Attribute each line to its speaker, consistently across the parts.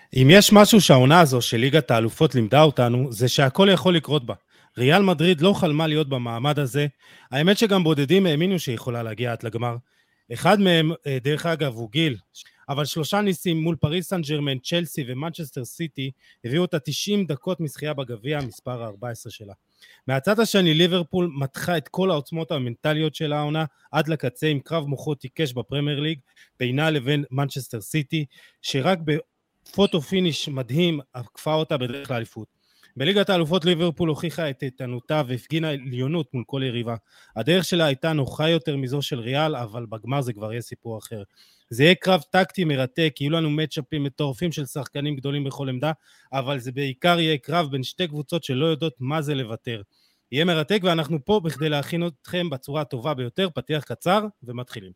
Speaker 1: אם יש משהו שהעונה הזו של ליגת האלופות לימדה אותנו, זה שהכל יכול לקרות בה. ריאל מדריד לא חלמה להיות במעמד הזה, האמת שגם בודדים האמינו שהיא יכולה להגיע עד לגמר. אחד מהם, דרך אגב, הוא גיל, אבל 3 ניסים מול פריס סן ג'רמן, צ'לסי ומנצ'סטר סיטי, הביאו אותה 90 דקות משחייה בגביע, מספר 14 שלה. מהצד השני, ליברפול מתחה את כל העוצמות המנטליות של העונה, עד לקצה עם קרב מוחות עיקש בפרמייר ליג, בינה לבין מנצ'סטר סיטי, שרק פוטו פיניש מדהים, עקפה אותה בדרך לאליפות. בליגת האלופות ליברפול הוכיחה את איתנותה והפגינה עליונות מול כל יריבה. הדרך שלה הייתה נוחה יותר מזו של ריאל, אבל בגמר זה כבר יהיה סיפור אחר. זה יהיה קרב טקטי מרתק, יהיו לנו מצ'אפים מטורפים של שחקנים גדולים בכל עמדה, אבל זה בעיקר יהיה קרב בין שתי קבוצות שלא יודעות מה זה לוותר. יהיה מרתק ואנחנו פה בכדי להכין אתכם בצורה הטובה ביותר, פתיח קצר ומתחילים.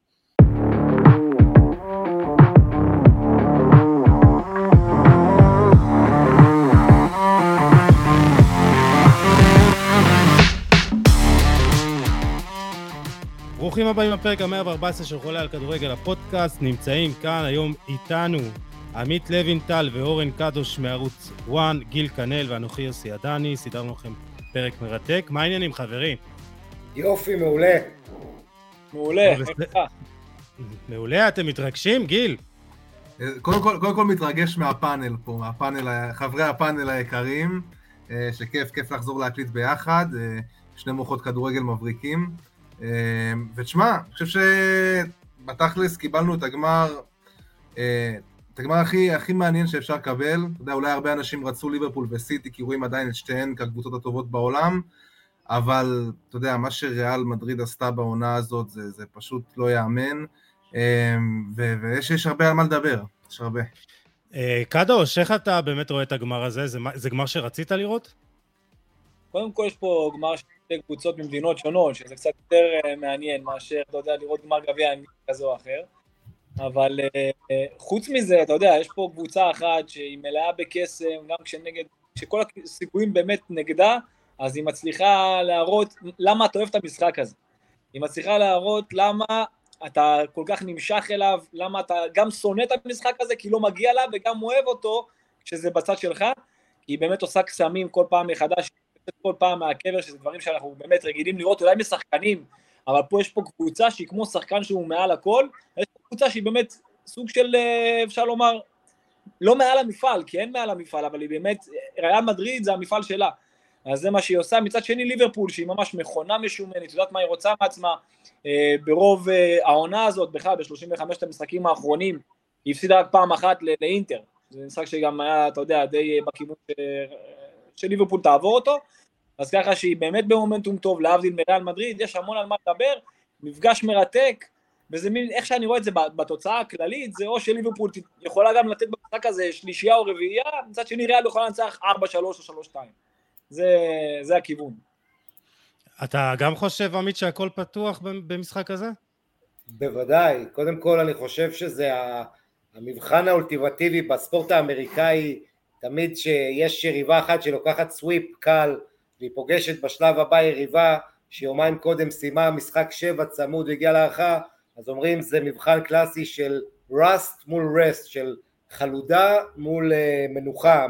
Speaker 1: ברוכים הבאים לפרק ה-114 של חולה על כדורגל הפודקאסט. נמצאים כאן היום איתנו עמית לוינטל ואורן קדוש מערוץ 1, גיל קנל ואנוכי יוסי עדני. סידרנו לכם פרק מרתק. מה העניינים חברים?
Speaker 2: יופי, מעולה.
Speaker 3: מעולה.
Speaker 1: מעולה, אתם מתרגשים גיל?
Speaker 4: קודם כל מתרגש מהפאנל פה, חברי הפאנל היקרים, שכיף לחזור להקליט ביחד, שני מוחות כדורגל מבריקים. ותשמע, אני חושב שבתכלס קיבלנו את הגמר הכי מעניין שאפשר לקבל. אתה יודע, אולי הרבה אנשים רצו ליברפול וסיטי, כי רואים עדיין את שתיהן כקבוצות הטובות בעולם, אבל אתה יודע, מה שריאל מדריד עשתה בעונה הזאת, זה פשוט לא יאמן, ויש הרבה על מה לדבר, יש הרבה.
Speaker 1: קדוש, איך אתה באמת רואה את הגמר הזה? זה גמר שרצית לראות?
Speaker 3: קודם כל יש פה גמר של קבוצות ממדינות שונות, שזה קצת יותר מעניין מאשר, אתה יודע, לראות גמר גביע כזה או אחר. אבל חוץ מזה, אתה יודע, יש פה קבוצה אחת שהיא מלאה בקסם, גם כשכל הסיכויים באמת נגדה, אז היא מצליחה להראות למה אתה אוהב את המשחק הזה. היא מצליחה להראות למה אתה כל כך נמשך אליו, למה אתה גם שונא את המשחק הזה, כי לא מגיע לה, וגם אוהב אותו כשזה בצד שלך, כי היא באמת עושה קסמים כל פעם מחדש, כל פעם מהקבר, שזה דברים שאנחנו באמת רגילים לראות, אולי משחקנים, אבל פה יש פה קבוצה שהיא כמו שחקן שהוא מעל הכל, יש פה קבוצה שהיא באמת סוג של, אפשר לומר, לא מעל המפעל, כי אין מעל המפעל, אבל היא באמת, ריאל מדריד זה המפעל שלה, אז זה מה שהיא עושה. מצד שני ליברפול, שהיא ממש מכונה משומנת, יודעת מה היא רוצה מעצמה, ברוב העונה הזאת, בכלל ב-35 המשחקים האחרונים, היא הפסידה רק פעם אחת לאינטר, זה משחק שגם היה, אתה יודע, די בכיוון של ליברפול תעבור אותו, אז ככה שהיא באמת במומנטום טוב, להבדיל מריאל מדריד, יש המון על מה לדבר, מפגש מרתק, וזה מין, איך שאני רואה את זה בתוצאה הכללית, זה או שליברפול יכולה גם לתת במשחק הזה שלישייה או רביעייה, מצד שני ריאל יכולה לנצח 4-3 או 3-2, זה הכיוון.
Speaker 1: אתה גם חושב עמית שהכל פתוח במשחק הזה?
Speaker 2: בוודאי, קודם כל אני חושב שזה המבחן האולטימטיבי בספורט האמריקאי, תמיד שיש יריבה אחת שלוקחת סוויפ קל, והיא פוגשת בשלב הבא יריבה שיומיים קודם סיימה משחק 7 צמוד והגיעה להערכה, אז אומרים זה מבחן קלאסי של רסט מול רסט, של חלודה מול מנוחה,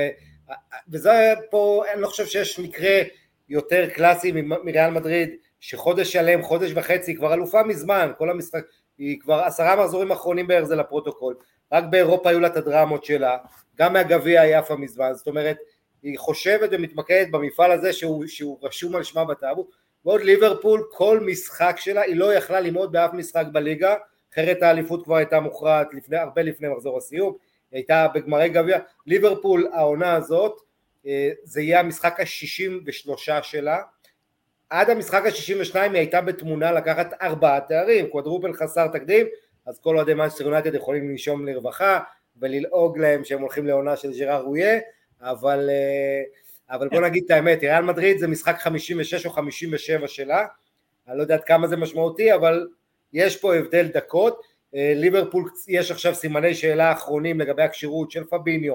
Speaker 2: וזה פה, אני לא חושב שיש מקרה יותר קלאסי מריאל מדריד, שחודש שלם, חודש וחצי, כבר אלופה מזמן, כל המשחק, היא כבר 10 מחזורים אחרונים בערך זה לפרוטוקול, רק באירופה היו לה את הדרמות שלה, גם מהגביע היא עפה מזמן, זאת אומרת, היא חושבת ומתמקדת במפעל הזה שהוא רשום על שמה בטאבו, ועוד ליברפול, כל משחק שלה, היא לא יכלה ללמוד באף משחק בליגה, אחרת האליפות כבר הייתה מוכרעת הרבה לפני מחזור הסיום, היא הייתה בגמרי גביע, ליברפול העונה הזאת, זה יהיה המשחק ה-63 שלה, עד המשחק ה-62 היא הייתה בתמונה לקחת 4 תארים, קוואדרופל חסר תקדים, אז כל אוהדי מנצ'סטר יונייטד יכולים לנשום לרווחה, וללעוג להם שהם הולכים לעונה של ז'ראר רויה, אבל בוא נגיד את האמת, ריאל מדריד זה משחק 56 או 57 שלה, אני לא יודעת כמה זה משמעותי, אבל יש פה הבדל דקות, ליברפול יש עכשיו סימני שאלה אחרונים לגבי הקשירות של פביניו,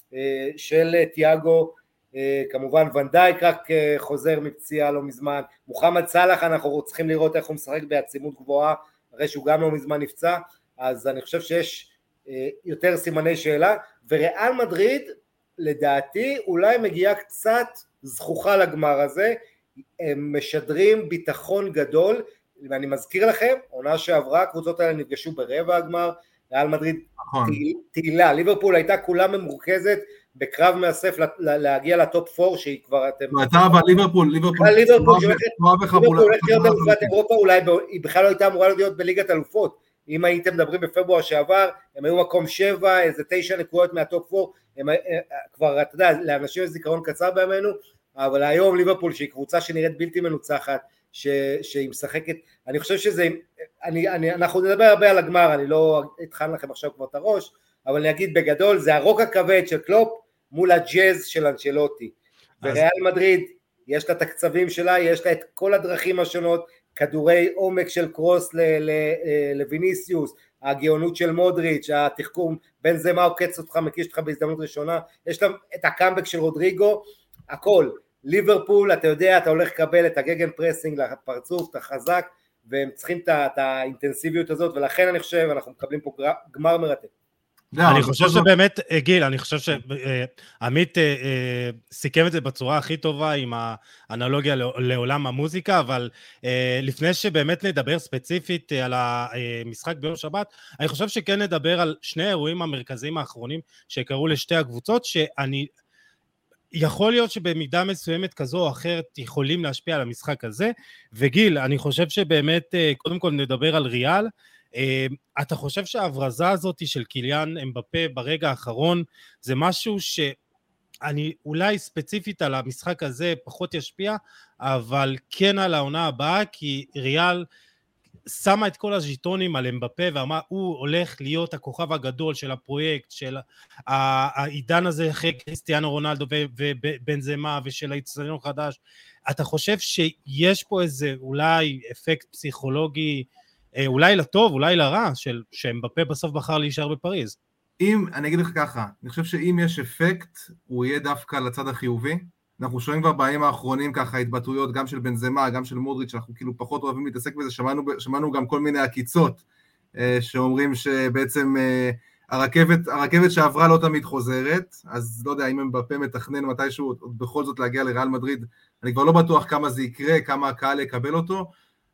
Speaker 2: של תיאגו, כמובן ונדייק רק חוזר מפציעה לא מזמן, מוחמד סלאח אנחנו צריכים לראות איך הוא משחק בעצימות גבוהה, הרי שהוא גם לא מזמן נפצע, אז אני חושב שיש יותר סימני שאלה, וריאל מדריד לדעתי אולי מגיעה קצת זכוכה לגמר הזה, הם משדרים ביטחון גדול, ואני מזכיר לכם, עונה שעברה, הקבוצות האלה נפגשו ברבע הגמר, ריאל מדריד תהילה, ליברפול הייתה כולה ממורכזת בקרב מאסף להגיע לטופ 4 שהיא כבר,
Speaker 4: הייתה אבל ליברפול
Speaker 2: הולכת להיות אלופת אירופה, אולי היא בכלל לא הייתה אמורה להיות בליגת אלופות, אם הייתם מדברים בפברואר שעבר, הם היו מקום 7, איזה 9 נקודות מהטופ 4, הם כבר, אתה יודע, לאנשים יש זיכרון קצר בימינו, אבל היום ליברפול שהיא קבוצה שנראית בלתי מנוצחת, שהיא משחקת, אני חושב שזה, אנחנו נדבר הרבה על הגמר, אני לא אתחן לכם עכשיו כבר את הראש, אבל אני אגיד בגדול, זה הרוק הכבד של קלופ מול הג'אז של אנצ'לוטי, וריאל מדריד, יש לה את הקצבים שלה, יש לה את כל הדרכים השונות, כדורי עומק של קרוס לויניסיוס, הגאונות של מודריץ', התחכום בין זה מה עוקץ אותך, מקיש אותך בהזדמנות ראשונה, יש לה את הקאמבק של רודריגו, הכל, ליברפול, אתה יודע, אתה הולך לקבל את הגגן פרסינג לפרצוף, אתה חזק, והם צריכים את האינטנסיביות הזאת, ולכן אני חושב, אנחנו מקבלים פה גמר מרתק.
Speaker 1: אני חושב שבאמת, גיל, אני חושב שעמית סיכם את זה בצורה הכי טובה עם האנלוגיה לעולם המוזיקה, אבל לפני שבאמת נדבר ספציפית על המשחק ביום שבת, אני חושב שכן נדבר על שני האירועים המרכזיים האחרונים שקרו לשתי הקבוצות, שאני יכול להיות שבמידה מסוימת כזו או אחרת יכולים להשפיע על המשחק הזה, וגיל, אני חושב שבאמת קודם כל נדבר על ריאל, אתה חושב שההברזה הזאת של קיליאן אמבפה ברגע האחרון זה משהו שאני אולי ספציפית על המשחק הזה פחות ישפיע, אבל כן על העונה הבאה, כי ריאל שמה את כל הז'יטונים על אמבפה ואמרה הוא הולך להיות הכוכב הגדול של הפרויקט, של העידן הזה אחרי קריסטיאנו רונלדו ובנזמה ושל האצטדיון החדש. אתה חושב שיש פה איזה אולי אפקט פסיכולוגי, אולי לטוב, אולי לרע, שאמבפה בסוף בחר להישאר בפריז?
Speaker 4: אני אגיד לך ככה, אני חושב שאם יש אפקט, הוא יהיה דווקא לצד החיובי. אנחנו שומעים כבר בימים האחרונים ככה התבטאויות, גם של בנזמה, גם של מודריץ', שאנחנו כאילו פחות אוהבים להתעסק בזה, שמענו גם כל מיני עקיצות, שאומרים שבעצם הרכבת שעברה לא תמיד חוזרת, אז לא יודע אם אמבפה מתכנן מתישהו בכל זאת להגיע לריאל מדריד, אני כבר לא בטוח כמה זה יקרה, כמה הקהל יקבל אותו.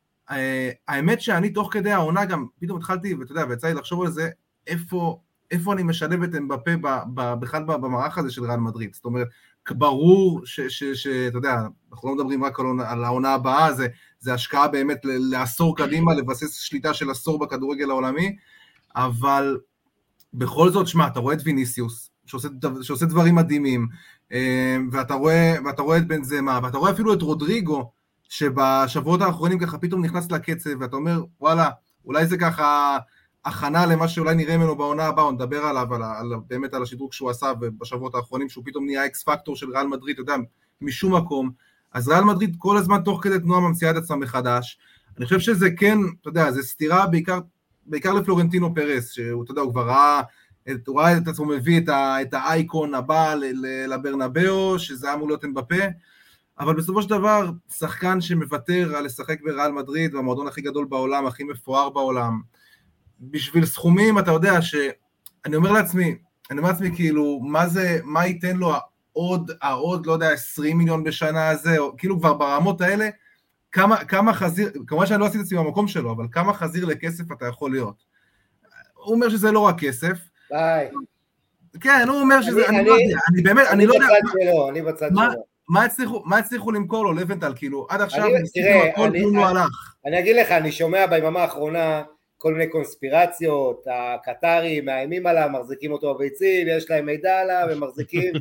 Speaker 4: האמת שאני תוך כדי העונה גם פתאום התחלתי, ואתה יודע, ויצא לי לחשוב על זה, איפה אני משלב את אמבפה בכלל במערך הזה של ריאל מדריד. זאת אומרת, ברור שאתה יודע, אנחנו לא מדברים רק על העונה הבאה, זה השקעה באמת לעשור קדימה, לבסס שליטה של עשור בכדורגל העולמי, אבל בכל זאת, שמה, אתה רואה את ויניסיוס, שעושה דברים מדהימים, ואתה רואה את בנזמה, ואתה רואה אפילו את רודריגו, שבשבועות האחרונים ככה פתאום נכנס לקצב, ואתה אומר, וואלה, אולי זה ככה הכנה למה שאולי נראה ממנו בעונה הבאה, נדבר עליו, באמת על השדרוג שהוא עשה בשבועות האחרונים, שהוא פתאום נהיה אקס פקטור של ריאל מדריד, אתה יודע, משום מקום. אז ריאל מדריד כל הזמן תוך כדי תנועה ממציאה את עצמה מחדש. אני חושב שזה כן, אתה יודע, זה סתירה בעיקר לפלורנטינו פרס, שהוא, אתה יודע, הוא כבר ראה את עצמו מביא את האייקון הבא לברנבאו, שזה אמור להיות אמבפה, אבל בסופו של דבר, שחקן שמוותר על לשחק בריאל מדריד, והמועדון הכי גדול בעולם, הכי מפואר בעולם, בשביל סכומים, אתה יודע שאני אומר לעצמי כאילו, מה ייתן לו עוד, לא יודע, 20 מיליון בשנה הזה, או כאילו כבר ברמות האלה, כמה חזיר, כמובן שאני לא עשיתי את עצמי במקום שלו, אבל כמה חזיר לכסף אתה יכול להיות. הוא אומר שזה לא רק כסף.
Speaker 2: ביי.
Speaker 4: כן, הוא אומר שזה, אני לא יודע, אני לא יודע.
Speaker 2: אני בצד שלו.
Speaker 4: מה הצליחו למכור לו לבנטל, כאילו, עד עכשיו,
Speaker 2: אני אגיד לך, אני שומע ביממה האחרונה, כל מיני קונספירציות, הקטרים מאיימים עליו, מחזיקים אותו בביצים, יש להם מידע עליו, הם מחזיקים,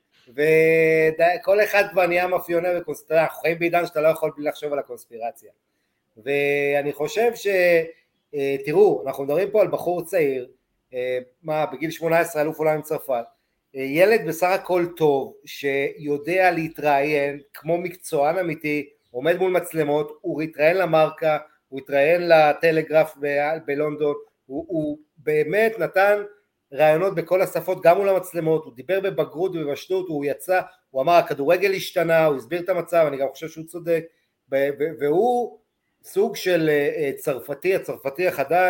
Speaker 2: וכל אחד כבר נהיה מאפיונר וקונספירציה, אנחנו חיים בעידן שאתה לא יכול בלי לחשוב על הקונספירציה. ואני חושב תראו, אנחנו מדברים פה על בחור צעיר, בגיל 18 אלוף עולם עם צרפת, ילד בסך הכל טוב, שיודע להתראיין, כמו מקצוען אמיתי, עומד מול מצלמות, הוא התראיין למרקה, הוא התראיין לטלגרף בלונדון, הוא באמת נתן רעיונות בכל השפות, גם מול המצלמות, הוא דיבר בבגרות ובבשלות, הוא יצא, הוא אמר הכדורגל השתנה, הוא הסביר את המצב, אני גם חושב שהוא צודק, והוא סוג של הצרפתי החדש,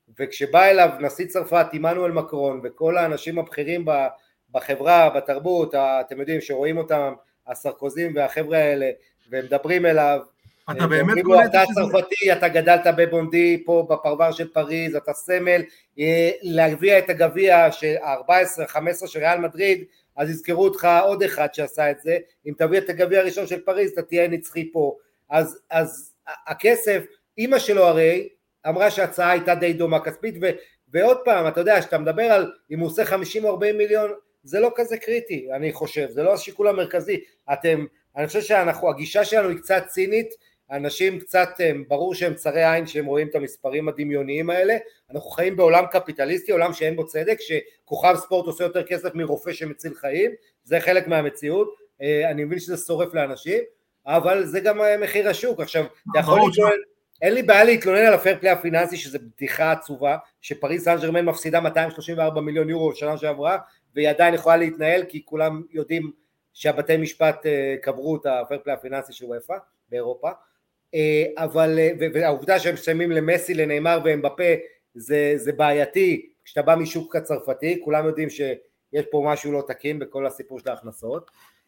Speaker 2: וכשבא אליו נשיא צרפת, עמנואל מקרון, וכל האנשים הבכירים בחברה, בתרבות, אתם יודעים שרואים אותם, הסרקוזים והחבר'ה האלה, והם מדברים אליו,
Speaker 4: אתה באמת קולט
Speaker 2: אתה צרפתי, אתה גדלת בבונדי, פה בפרבר של פריז, אתה סמל, להגביע את הגביע של 14-15 של ריאל מדריד, אז יזכרו אותך עוד אחד שעשה את זה, אם תביא את הגביע הראשון של פריז, אתה תהיה נצחי פה, אז הכסף, אמא שלו הרי, אמרה שההצעה הייתה די דומה כספית, ועוד פעם, אתה יודע, שאתה מדבר על אם הוא עושה 50 או 40 מיליון, זה לא כזה קריטי, אני חושב, זה לא השיקול המרכזי, אני חושב שהגישה שלנו היא קצת צינית, אנשים קצת, ברור שהם צרי עין שהם רואים את המספרים הדמיוניים האלה, אנחנו חיים בעולם קפיטליסטי, עולם שאין בו צדק, שכוכב ספורט עושה יותר כסף מרופא שמציל חיים, זה חלק מהמציאות, אני מבין שזה שורף לאנשים, אבל זה גם מחיר השוק. עכשיו, אתה יכול להתלונן, אין לי בעיה להתלונן על הפייר פליי הפיננסי, שזה בדיחה עצובה, שפריז סן ז'רמן מפסידה 234 מיליון יורו שנה שעברה, והיא עדיין יכולה להתנהל, כי כולם יודעים שהבתי משפט קברו את הפייר פליי הפיננסי של וופא באירופה, אבל, והעובדה שהם שמים למסי, לניימר ואמבפה, זה בעייתי, כשאתה בא משוק הצרפתי, כולם יודעים שיש פה משהו לא תקין בכל הסיפור של ההכנסות,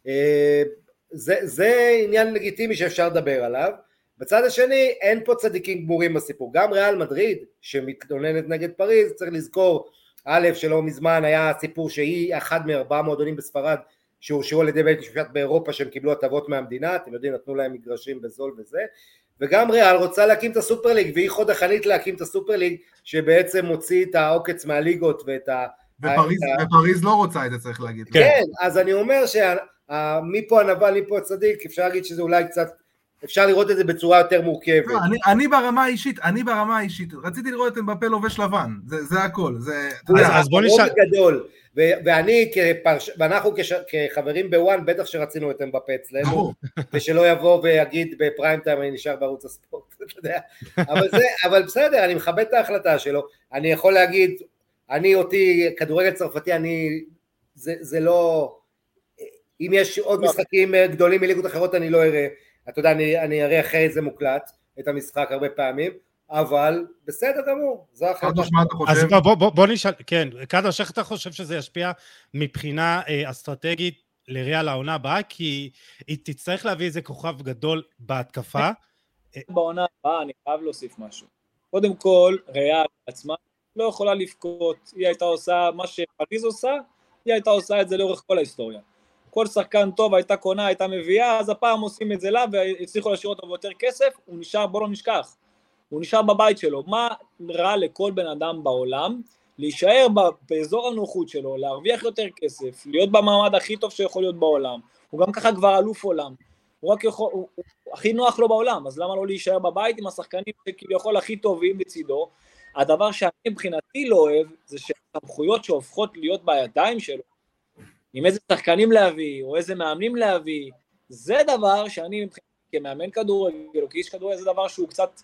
Speaker 2: זה עניין לגיטימי שאפשר לדבר עליו. בצד השני אין פה צדיקים גמורים בסיפור, גם ריאל מדריד שמתלוננת נגד פריז, צריך לזכור א' שלא מזמן היה סיפור שהיא אחד מארבעה מועדונים בספרד שהורשעו על ידי בית משפט באירופה שהם קיבלו הטבות מהמדינה, אתם יודעים, נתנו להם מגרשים בזול וזה, וגם ריאל רוצה להקים את הסופר ליג, והיא חוד החנית להקים את הסופר ליג שבעצם מוציא את העוקץ מהליגות ואת
Speaker 4: ופריז לא רוצה את זה, צריך להגיד.
Speaker 2: כן, אז אני אומר שמפה הנבל, מפה הצדיק, אפשר להגיד שזה אולי קצת, אפשר לראות את זה בצורה יותר מורכבת.
Speaker 4: אני ברמה האישית, רציתי לראות את אמבפה לובש לבן, זה הכל.
Speaker 1: אז בוא נשאל.
Speaker 2: ואנחנו כחברים בוואן, בטח שרצינו את אמבפה אצלנו, ושלא יבוא ויגיד בפריים טיים, אני נשאר בערוץ הספורט, אתה יודע. אבל בסדר, אני מכבד את ההחלטה שלו, אני יכול להגיד, כדורגל צרפתי, זה לא, אם יש עוד משחקים גדולים מליגות אחרות, אני לא אראה, אתה יודע, אני אראה אחרי זה מוקלט, את המשחק הרבה פעמים, אבל בסדר גמור, זו החלטה.
Speaker 1: אז בוא נשאל, כן, קדוש, איך אתה חושב שזה ישפיע מבחינה אסטרטגית לריאל העונה הבאה, כי היא תצטרך להביא איזה כוכב גדול בהתקפה.
Speaker 3: בעונה הבאה אני חייב להוסיף משהו. קודם כל, ריאל עצמה לא יכולה לבכות, היא הייתה עושה מה שפריז עושה, היא הייתה עושה את זה לאורך כל ההיסטוריה. כל שחקן טוב הייתה קונה, הייתה מביאה, אז הפעם עושים את זה לה, והצליחו להשאיר אותו ביותר כסף, הוא נשאר, בוא לא נשכח, הוא נשאר בבית שלו. מה רע לכל בן אדם בעולם? להישאר באזור הנוחות שלו, להרוויח יותר כסף, להיות במעמד הכי טוב שיכול להיות בעולם, הוא גם ככה כבר אלוף עולם, הוא הכי נוח לו בעולם, אז למה לא להישאר בבית עם השחקנים שכביכול הכי טובים בצידו? הדבר שאני מבחינתי לא אוהב, זה שהסמכויות שהופכות להיות בידיים שלו, עם איזה שחקנים להביא, או איזה מאמנים להביא, זה דבר שאני כמאמן כדורגל, או כאיש כדורגל, זה דבר שהוא קצת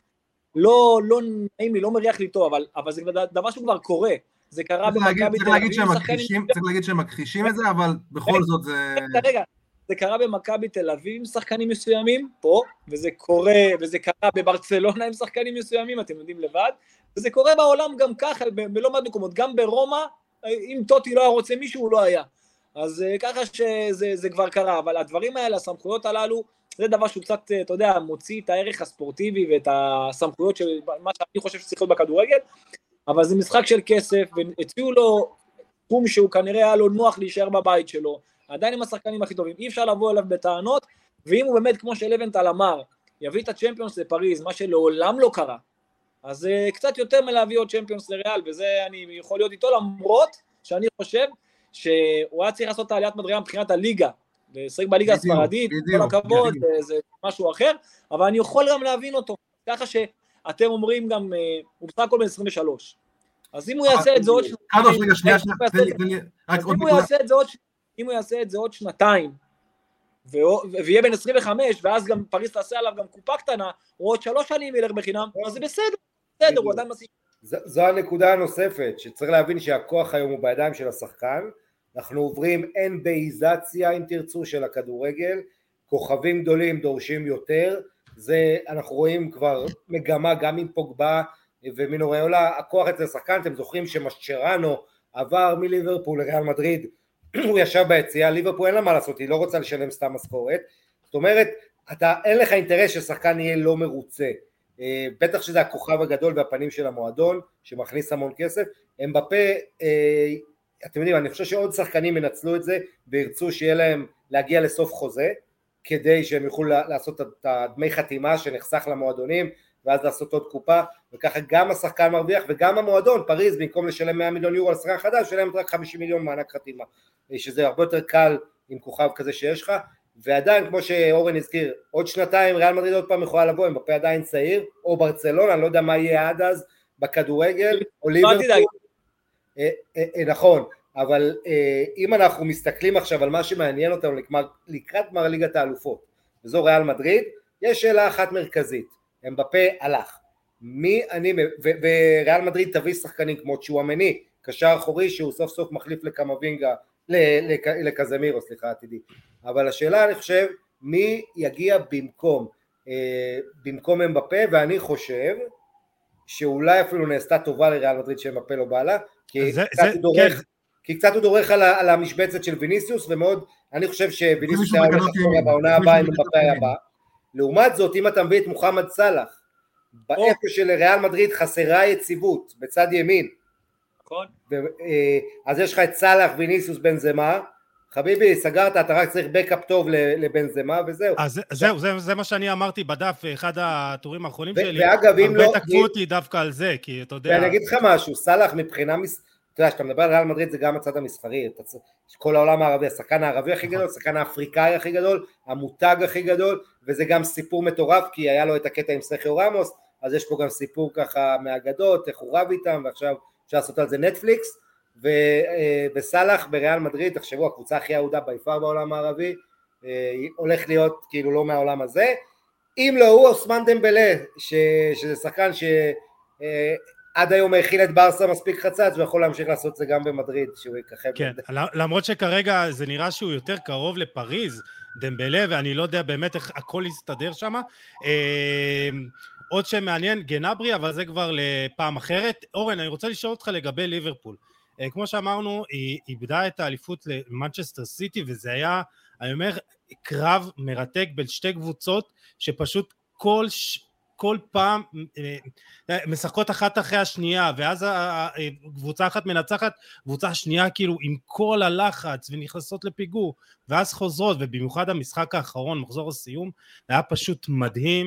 Speaker 3: לא נעים לי, לא מריח לי טוב, אבל זה דבר שהוא כבר קורה, זה קרה במכבי תל אביב,
Speaker 4: צריך להגיד שהם מכחישים את זה, אבל בכל זאת זה...
Speaker 3: רגע, זה קרה במכבי תל אביב עם שחקנים מסוימים, פה, וזה קורה, וזה קרה בברצלונה עם שחקנים מסוימים, אתם יודעים לבד, וזה קורה בעולם גם ככה, בלא מעט מקומות, גם ברומא, אם טוטי לא היה רוצה מישהו, הוא לא היה. אז ככה שזה כבר קרה, אבל הדברים האלה, הסמכויות הללו, זה דבר שהוא קצת, אתה יודע, מוציא את הערך הספורטיבי ואת הסמכויות של מה שאני חושב שצריך להיות בכדורגל, אבל זה משחק של כסף, והציעו לו תחום שהוא כנראה היה לו נוח להישאר בבית שלו, עדיין עם השחקנים הכי טובים, אי אפשר לבוא אליו בטענות, ואם הוא באמת, כמו שלוונטל אמר, יביא את הצ'מפיונס לפריז, מה שלעולם לא קרה, אז קצת יותר מלהביא עוד צ'מפיונס לריאל, וזה אני יכול להיות איתו, למרות שאני חושב שהוא היה צריך לעשות את העליית מדרגה מבחינת הליגה, לשחק בליגה הספרדית, כל הכבוד, זה משהו אחר, אבל אני יכול גם להבין אותו, ככה שאתם אומרים גם, הוא בסך הכל בן 23, אז אם הוא יעשה את זה עוד אם הוא יעשה את זה עוד שנתיים, ויהיה בן 25, ואז גם פריז תעשה עליו גם קופה קטנה, או עוד 3 שנים ילך בחינם, אז זה בסדר, הוא עדיין מסיק.
Speaker 2: זו הנקודה הנוספת, שצריך להבין שהכוח היום הוא בידיים של השחקן, אנחנו עוברים אנבאיזציה, אם תרצו, של הכדורגל, כוכבים גדולים דורשים יותר, זה אנחנו רואים כבר מגמה גם עם פוגבה, ומינו ראולה, הכוח אצל השחקן, אתם זוכרים שמשצ'רנו עבר מליברפול לריאל מדריד, הוא ישב ביציאה, ליברפול אין לה מה לעשות, היא לא רוצה לשלם סתם משכורת, זאת אומרת, אין לך אינטרס ששחקן יהיה לא מרוצה, בטח שזה הכוכב הגדול והפנים של המועדון, שמכניס המון כסף, אמבפה, אתם יודעים, אני חושב שעוד שחקנים ינצלו את זה, וירצו שיהיה להם להגיע לסוף חוזה, כדי שהם יוכלו לעשות את הדמי חתימה שנחסך למועדונים, ואז לעשות עוד קופה, וככה גם השחקן מרוויח, וגם המועדון, פריז, במקום לשלם 100 מיליון יורו על שחקן חדש, שלם רק 50 מיליון מענק חתימה, שזה הרבה יותר קל עם כוכב כזה שיש לך, ועדיין, כמו שאורן הזכיר, עוד שנתיים ריאל מדריד עוד פעם יכולה לבוא, אמבפה עדיין צעיר, או ברצלונה, אני לא יודע מה יהיה עד אז, בכדורגל, או ליברפול, נכון, אבל אם אנחנו מסתכלים עכשיו על מה שמעניין אותנו לקראת גמר ליגת האלופות, וזו ריאל מדריד, יש שאלה אחת מרכזית, אמבפה הלך, וריאל מדריד תביא שחקנים כמו צ'ואמני, קשר אחורי שהוא סוף סוף מחליף לקמבינגה, לקזמירו, סליחה עתידי, אבל השאלה אני חושב, מי יגיע במקום אמבפה, ואני חושב שאולי אפילו נעשתה טובה לריאל מדריד שאמבפה לא בעלה, כי קצת הוא דורך על המשבצת של ויניסיוס, ומאוד, אני חושב שוויניסיוס היה הולך אחורה בעונה הבאה עם אמבפה היה בא, לעומת זאת אם אתה מביא את מוחמד סלאח, באיפה של ריאל מדריד חסרה יציבות, בצד ימין, אז יש לך את סלאח, ויניסיוס, בנזמה, חביבי, סגרת, אתה רק צריך בקאפ טוב לבנזמה וזהו. אז
Speaker 1: זהו, זה מה שאני אמרתי בדף, אחד הטורים האחרונים שלי,
Speaker 2: ואגב, אם לא...
Speaker 1: הרבה תקפו אותי דווקא על זה, כי אתה יודע...
Speaker 2: ואני אגיד לך משהו, סלאח מבחינה... אתה יודע, שאתה מדבר על ריאל מדריד זה גם הצד המסחרי, כל העולם הערבי, השחקן הערבי הכי גדול, השחקן האפריקאי הכי גדול, המותג הכי גדול, וזה גם סיפור מטורף, כי היה לו את הקטע עם סרחיו רמוס, אז יש פה גם סיפור ככה מהאגדות, איך הוא רב איתם, ועכשיו אפשר לעשות על זה נטפליקס, וסלאח בריאל מדריד, תחשבו, הקבוצה הכי אהודה ביפר בעולם הערבי, הולך להיות כאילו לא מהעולם הזה, אם לא הוא אוסמן דמבלה, שזה שחקן עד היום הכיל את ברסה מספיק חצץ, ויכול להמשיך לעשות זה גם במדריד, שהוא יכחב.
Speaker 1: כן, למרות שכרגע זה נראה שהוא יותר קרוב לפריז, דמבלה, ואני לא יודע באמת איך הכל יסתדר שם. עוד שמעניין, גנברי, אבל זה כבר לפעם אחרת. אורן, אני רוצה לשאול אותך לגבי ליברפול. כמו שאמרנו, היא איבדה את האליפות למנצ'סטר סיטי, וזה היה, אני אומר, קרב מרתק בין שתי קבוצות, שפשוט כל פעם משחקות אחת אחרי השנייה, ואז קבוצה אחת מנצחת, קבוצה שנייה כאילו עם כל הלחץ, ונכנסות לפיגור, ואז חוזרות, ובמיוחד המשחק האחרון, מחזור הסיום, היה פשוט מדהים,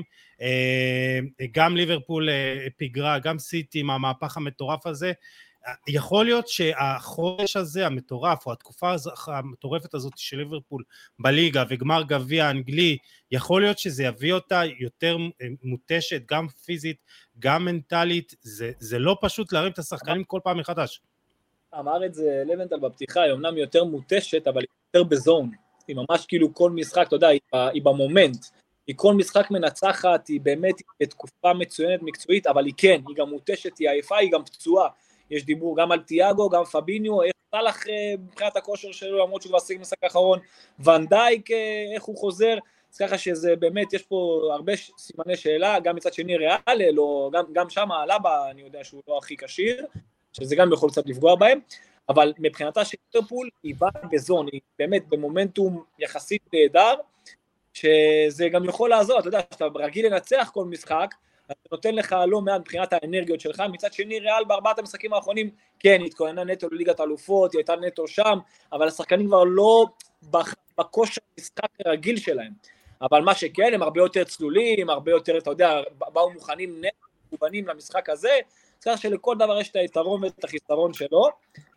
Speaker 1: גם ליברפול פיגרה, גם סיטי עם המהפך המטורף הזה, יכול להיות שהחודש הזה המטורף, או התקופה המטורפת הזאת של ליברפול בליגה וגמר גביע האנגלי, יכול להיות שזה יביא אותה יותר מוטשת, גם פיזית, גם מנטלית, זה לא פשוט להרים את השחקנים כל פעם מחדש.
Speaker 3: אמר את זה לבנטל בפתיחה, היא אומנם יותר מוטשת, אבל היא יותר בזון, היא ממש כאילו כל משחק, אתה יודע, היא במומנט, היא כל משחק מנצחת, היא באמת בתקופה מצוינת מקצועית, אבל היא כן, היא גם מוטשת, היא עייפה, היא גם פצועה, יש דיבור גם על תיאגו, גם פביניו, איך סלאח מבחינת הכושר שלו, למרות שהוא כבר שיחק משחק האחרון, ון דייק, איך הוא חוזר, אז ככה שזה באמת, יש פה הרבה סימני שאלה, גם מצד שני ריאל, לא, גם שם אלבה, אני יודע שהוא לא הכי קשיר, שזה גם יכול קצת לפגוע בהם, אבל מבחינתה של ליברפול, היא באה בזון, היא באמת במומנטום יחסית נהדר, שזה גם יכול לעזור, אתה יודע, שאתה רגיל לנצח כל משחק, אתה נותן לך לא מעט מבחינת האנרגיות שלך, מצד שני ריאל בארבעת המשחקים האחרונים, כן, היא התכוננה נטו לליגת האלופות, היא הייתה נטו שם, אבל השחקנים כבר לא בכושר משחק הרגיל שלהם, אבל מה שכן, הם הרבה יותר צלולים, הרבה יותר, אתה יודע, באו מוכנים מובנים למשחק הזה, צריך שלכל דבר יש את היתרון ואת החיסרון שלו,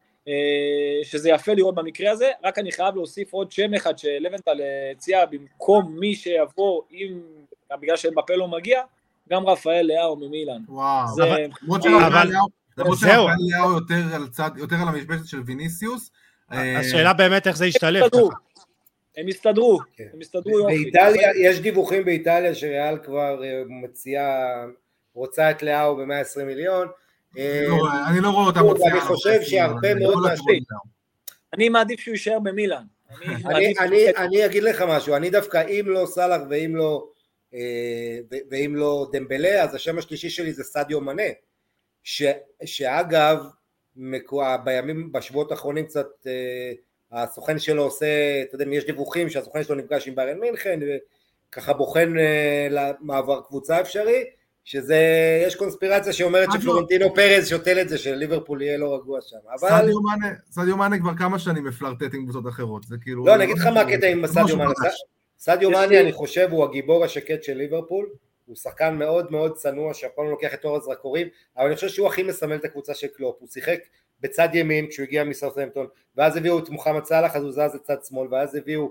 Speaker 3: שזה יפה לראות במקרה הזה, רק אני חייב להוסיף עוד שם אחד שלבנטל הציע במקום מי שיבוא, בגלל שאמבפה לא מגיע, גם רפאל לאו ממילאן.
Speaker 4: וואו, למרות שרפאל לאו יותר על המשבצת של ויניסיוס.
Speaker 1: השאלה באמת איך זה ישתלב.
Speaker 3: הם הסתדרו יופי.
Speaker 2: באיטליה, יש דיווחים באיטליה שריאל כבר רוצה את לאו ב-120 מיליון.
Speaker 4: אני לא רואה אותם מוציאה.
Speaker 2: אני חושב שהרבה מאוד מהשפיע.
Speaker 3: אני מעדיף שהוא יישאר במילאן.
Speaker 2: אני אגיד לך משהו, אני דווקא אם לא סלאח ואם לא דמבלה, אז השם השלישי שלי זה סדיו מנה, שאגב, בשבועות האחרונים קצת, הסוכן שלו עושה, אתה יודע, יש דיווחים שהסוכן שלו נפגש עם ביירן מינכן, וככה בוחן למעבר קבוצה אפשרי, יש קונספירציה שאומרת שפלורנטינו פרז שותל את זה, שליברפול יהיה לא רגוע שם.
Speaker 4: סדיו מאנה כבר כמה שנים מפלרטט עם קבוצות אחרות, זה כאילו...
Speaker 2: לא, אני אגיד לך מה הקטע עם סדיו מאנה. סדיו מאנה, אני חושב, הוא הגיבור השקט של ליברפול, הוא שחקן מאוד מאוד צנוע, שהפעם לוקח את אור הזרקורים, אבל אני חושב שהוא הכי מסמל את הקבוצה של קלופ, הוא שיחק בצד ימין כשהוא הגיע מסאות'המפטון, ואז הביאו את מוחמד סלאח, אז הוא זז לצד שמאל, ואז הביאו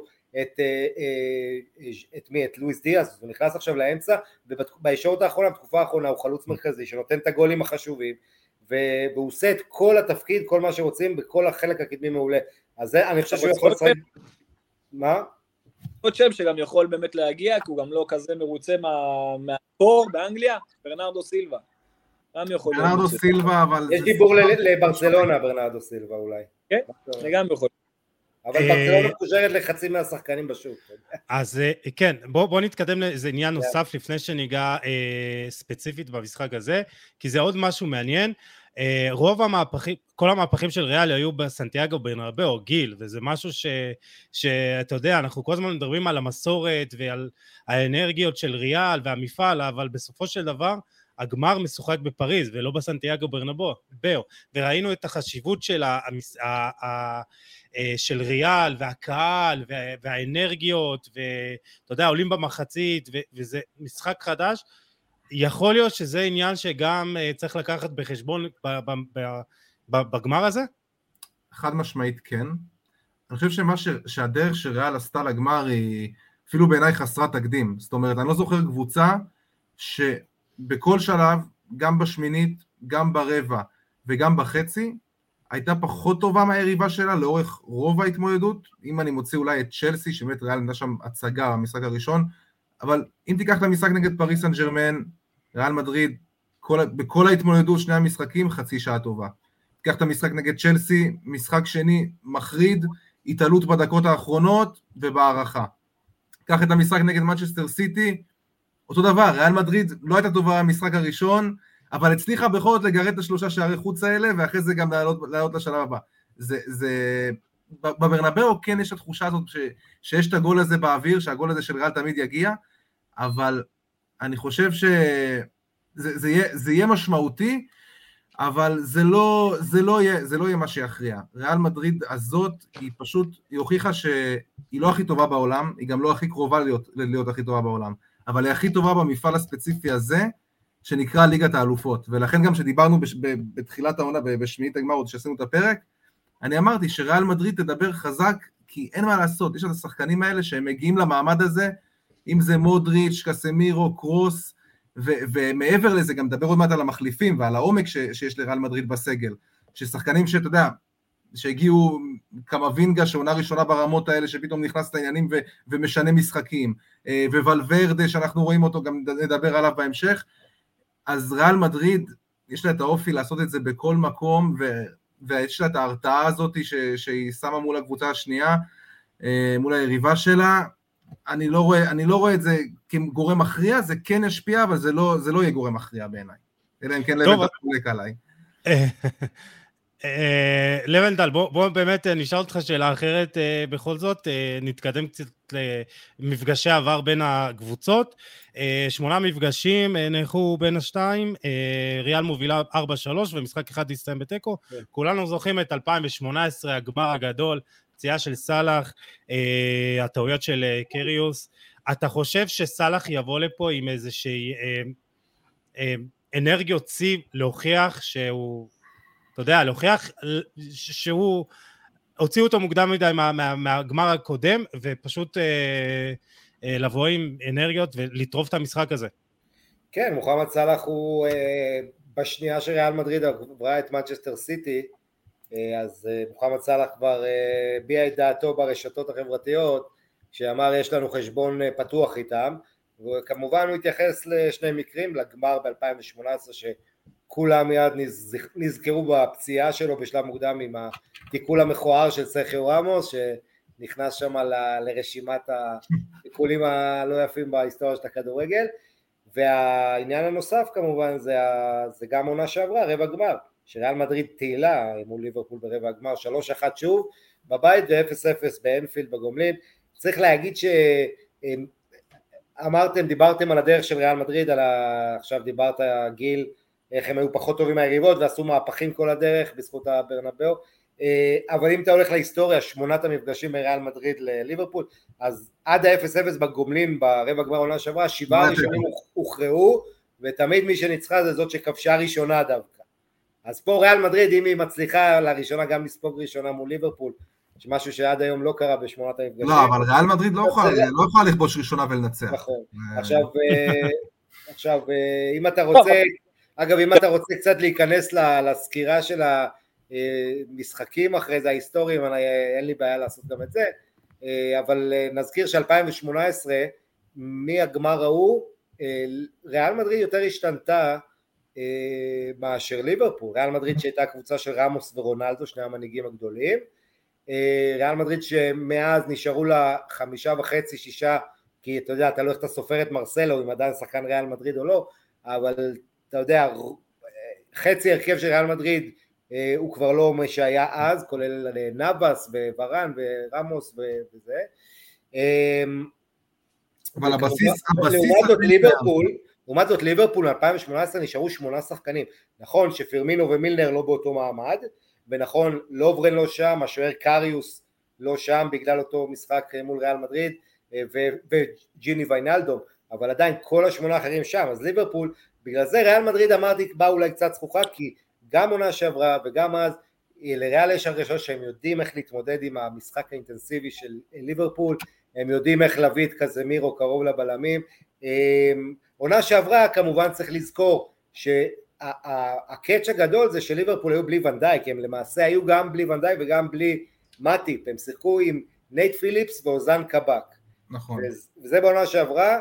Speaker 2: את לואיס דיאז, הוא נכנס עכשיו לאמצע, ובישורת האחרונה, בתקופה האחרונה, הוא חלוץ מרכזי, שנותן את הגולים החשובים, והוא עושה את כל התפקיד, כל מה שרוצים, בכל החלק הקדמי מעולה, אז זה, אני חושב שהוא יכול לשחק... מה?
Speaker 3: עוד שם שגם יכול באמת להגיע, כי הוא גם לא כזה מרוצה מהקור באנגליה, ברנרדו סילבה.
Speaker 4: ברנרדו סילבה, אבל...
Speaker 2: יש דיבור לברצלונה, ברנרדו סילבה אולי.
Speaker 3: כן, זה גם יכול.
Speaker 2: אבל ברצלונה מקושרת לחצי מהשחקנים בשוק.
Speaker 1: אז כן, בוא נתקדם לאיזה עניין נוסף לפני שניגע ספציפית במשחק הזה, כי זה עוד משהו מעניין. רוב המהפכים, כל המהפכים של ריאל היו בסנטיאגו ברנבאו, גיל, וזה משהו שאתה יודע, אנחנו כל הזמן מדברים על המסורת ועל האנרגיות של ריאל והמפעל, אבל בסופו של דבר, הגמר משוחק בפריז ולא בסנטיאגו ברנבאו, וראינו את החשיבות של ריאל והקהל והאנרגיות, ואתה יודע, עולים במחצית, וזה משחק חדש. יכול להיות שזה עניין שגם צריך לקחת בחשבון בגמר הזה?
Speaker 4: חד משמעית כן. אני חושב שהדרך שריאל עשתה לגמר היא אפילו בעיניי חסרת תקדים. זאת אומרת, אני לא זוכר קבוצה שבכל שלב, גם בשמינית, גם ברבע וגם בחצי, הייתה פחות טובה מהיריבה שלה לאורך רוב ההתמודדות. אם אני מוציא אולי את צ'לסי, שבאמת ריאל נדע שם הצגה במשחק הראשון, אבל אם תיקח את המשחק נגד פריס סן ז'רמן, ריאל מדריד, בכל ההתמודדות שני המשחקים, חצי שעה טובה. תיקח את המשחק נגד צ'לסי, משחק שני מחריד, התעלות בדקות האחרונות ובהערכה. תיקח את המשחק נגד מנצ'סטר סיטי, אותו דבר, ריאל מדריד לא הייתה טובה במשחק הראשון, אבל הצליחה בכל זאת לגרד את השלושה שערי חוץ האלה, ואחרי זה גם לעלות לשלב הבא. בברנבאו כן יש התחושה הזאת שיש את הגול הזה באוויר, שהגול הזה של ריאל תמיד יגיע, אבל אני חושב שזה יהיה משמעותי, אבל זה לא יהיה מה שיכריע. ריאל מדריד הזאת היא הוכיחה שהיא לא הכי טובה בעולם, היא גם לא הכי קרובה להיות הכי טובה בעולם, אבל היא הכי טובה במפעל הספציפי הזה, שנקרא ליגת האלופות, ולכן גם שדיברנו בתחילת העונה, בשמינית הגמר, עוד שעשינו את הפרק, אני אמרתי שריאל מדריד תדבר חזק, כי אין מה לעשות, יש את השחקנים האלה שהם מגיעים למעמד הזה, אם זה מודריץ', קסמירו, קרוס, ומעבר לזה גם מדבר עוד מעט על המחליפים, ועל העומק שיש לריאל מדריד בסגל, ששחקנים שאתה יודע, שהגיעו קמבינגה, שעונה ראשונה ברמות האלה, שפתאום נכנס לעניינים ומשנה משחקים, וולברדה, שאנחנו רואים אותו, גם נדבר עליו בהמשך, אז ריאל מדריד, יש לה את האופי לעשות את זה בכל מקום, ויש לה את ההרתעה הזאת שהיא שמה מול הקבוצה השנייה, מול היריבה שלה. אני לא רואה את זה כגורם מכריע, זה כן ישפיע, אבל זה לא יהיה גורם מכריע בעיניי. אלא אם כן לבנטל חולק עליי.
Speaker 1: לבנטל, בוא באמת נשאל אותך שאלה אחרת בכל זאת, נתקדם קצת למפגשי עבר בין הקבוצות, 8 מפגשים נערכו בין השתיים, ריאל מובילה 4-3 ומשחק אחד הסתיים בתיקו, כולנו זוכרים את 2018, הגמר הגדול, פציעה של סלאח, הטעויות של קריוס. אתה חושב שסלאח יבוא לפה עם איזושהי אנרגיות צי להוכיח שהוא, אתה יודע, להוכיח שהוא, הוציאו אותו מוקדם מדי מהגמר הקודם, ופשוט לבוא עם אנרגיות ולטרוף את המשחק הזה?
Speaker 2: כן, מוחמד סלאח הוא בשנייה שריאל מדריד עברה את מנצ'סטר סיטי, אז מוחמד סלאח כבר ביע את דעתו ברשתות החברתיות, שאמר יש לנו חשבון פתוח איתם, וכמובן הוא התייחס לשני מקרים, לגמר ב-2018 שכולם מיד נזכרו בפציעה שלו בשלב מוקדם עם התיקול המכוער של סרחיו רמוס, שנכנס שם לרשימת התיקולים הלא יפים בהיסטוריה של הכדורגל, והעניין הנוסף כמובן זה גם עונה שעברה, רבע גמר, שריאל מדריד תהילה מול ליברפול ברבע הגמר, 3-1 שוב בבית ו-0-0 באנפילד בגומלין. צריך להגיד דיברתם על הדרך של ריאל מדריד, עכשיו דיברת גיל, איך הם היו פחות טובים מהיריבות ועשו מהפכים כל הדרך בזכות הברנבאו, אבל אם אתה הולך להיסטוריה, 8 המפגשים בריאל מדריד לליברפול, אז עד ה-0-0 בגומלין ברבע גמר עונה שעברה, 7 הראשונים הוכרעו, ותמיד מי שניצחה זה זאת שכבשה ראשונה דווקא. אז פה ריאל מדריד, אם היא מצליחה לראשונה גם לספוג ראשונה מול ליברפול, משהו שעד היום לא קרה ב8 המפגשים.
Speaker 4: לא, אבל ריאל מדריד לא יכולה לכבוש ראשונה ולנצח.
Speaker 2: נכון. עכשיו, אם אתה רוצה, אגב, אם אתה רוצה קצת להיכנס לסקירה של המשחקים אחרי זה, ההיסטוריים, אין לי בעיה לעשות גם את זה, אבל נזכיר ש2018, מהגמר ההוא, ריאל מדריד יותר השתנתה מאשר ליברפול. ריאל מדריד שהייתה קבוצה של רמוס ורונלדו, שני המנהיגים הגדולים, ריאל מדריד שמאז נשארו לה 5.5, 6, כי אתה יודע, אתה לא איך אתה סופר את מרסלו, אם עדיין שחקן ריאל מדריד או לא, אבל אתה יודע, חצי הרכב של ריאל מדריד הוא כבר לא מה שהיה אז, כולל נאבס וורן ורמוס וזה.
Speaker 4: אבל הבסיס...
Speaker 2: לעומת זאת ליברפול ב-2018 נשארו 8 שחקנים. נכון שפירמינו ומילנר לא באותו מעמד, ונכון לוברן לא שם, השוער קריוס לא שם בגלל אותו משחק מול ריאל מדריד, וג'יני ויינלדום, אבל עדיין כל 8 אחרים שם. אז ליברפול, בגלל זה ריאל מדריד אמרתי בא אולי קצת זכוכה, כי גם עונה שעברה וגם אז לריאל יש הרגשה שהם יודעים איך להתמודד עם המשחק האינטנסיבי של ליברפול, הם יודעים איך להביא את קזמירו קרוב לבלמים. עונה שעברה כמובן צריך לזכור שהקאץ' הגדול זה שליברפול היו בלי ונדייק, הם למעשה היו גם בלי ונדייק וגם בלי מטיפ, הם שיחקו עם נייט פיליפס ואוזן קבק.
Speaker 4: נכון.
Speaker 2: וזה בעונה שעברה.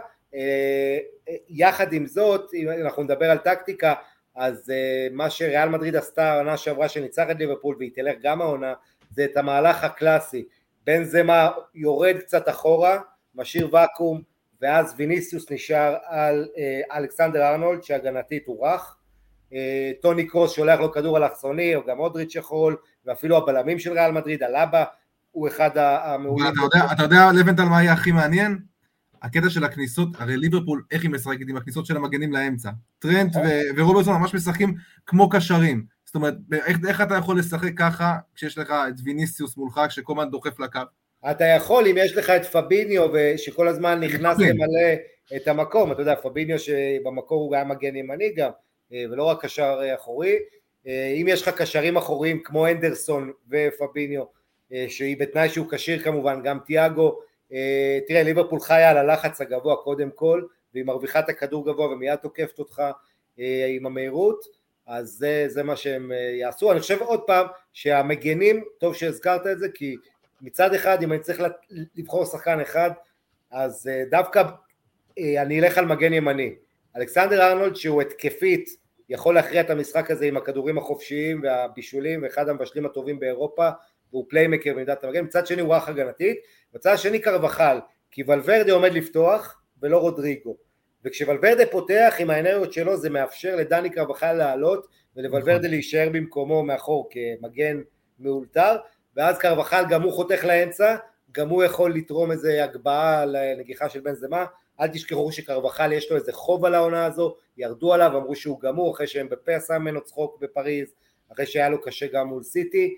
Speaker 2: יחד עם זאת, אם אנחנו נדבר על טקטיקה, אז מה שריאל מדריד עשתה העונה שעברה שניצח את ליברפול והיא תלך גם העונה, זה את המהלך הקלאסי, בין זה מה יורד קצת אחורה, משאיר וקום, ואז ויניסיוס נשאר על אלכסנדר ארנולד שהגנתית הוא רך, טוני קרוס שולח לו כדור אלכסוני, או גם אודריץ' יכול, ואפילו הבלמים של ריאל מדריד, אלאבה הוא אחד המעולים.
Speaker 4: אתה יודע לבנטל מה היה הכי מעניין? הקטע של הכניסות, הרי ליברפול איך היא משחקת עם הכניסות של המגנים לאמצע, טרנט ורוברטסון ממש משחקים כמו קשרים, זאת אומרת איך אתה יכול לשחק ככה כשיש לך את ויניסיוס מולך שכל הזמן דוחף לקו?
Speaker 2: אתה יכול אם יש לך את פביניו שכל הזמן נכנס למלא את המקום, אתה יודע פביניו שבמקור הוא גם מגן ימני גם ולא רק קשר אחורי, אם יש לך קשרים אחוריים כמו אנדרסון ופביניו שהיא בתנאי שהוא קשיר כמובן, גם תיאגו, תראה ליברפול חיה על הלחץ הגבוה קודם כל, והיא מרוויחה את הכדור גבוה ומיד תוקפת אותך עם המהירות, אז זה מה שהם יעשו. אני חושב עוד פעם שהמגנים, טוב שהזכרת את זה, כי מצד אחד אם אני צריך לבחור שחקן אחד, אז דווקא אני אלך על מגן ימני, אלכסנדר ארנולד שהוא התקפית, יכול להכריע את המשחק הזה עם הכדורים החופשיים והבישולים, ואחד המבשלים הטובים באירופה, והוא פליימקר במידת המגן, מצד שני הוא רך הגנתית, מצד שני קרבחל, כי ולוורדה עומד לפתוח ולא רודריגו, וכשוולוורדה פותח עם האנריות שלו זה מאפשר לדני קרבחל לעלות, ולוולוורדה להישאר במקומו מאחור כמגן מאולתר, ואז קרבחל גם הוא חותך לאמצע, גם הוא יכול לתרום איזה הגבהה לנגיחה של בן זמה. אל תשכחו שקרבחל יש לו איזה חוב על העונה הזו, ירדו עליו, אמרו שהוא גמור, אחרי שהם בפה עשה ממנו צחוק בפריז, אחרי שהיה לו קשה גם מול סיטי,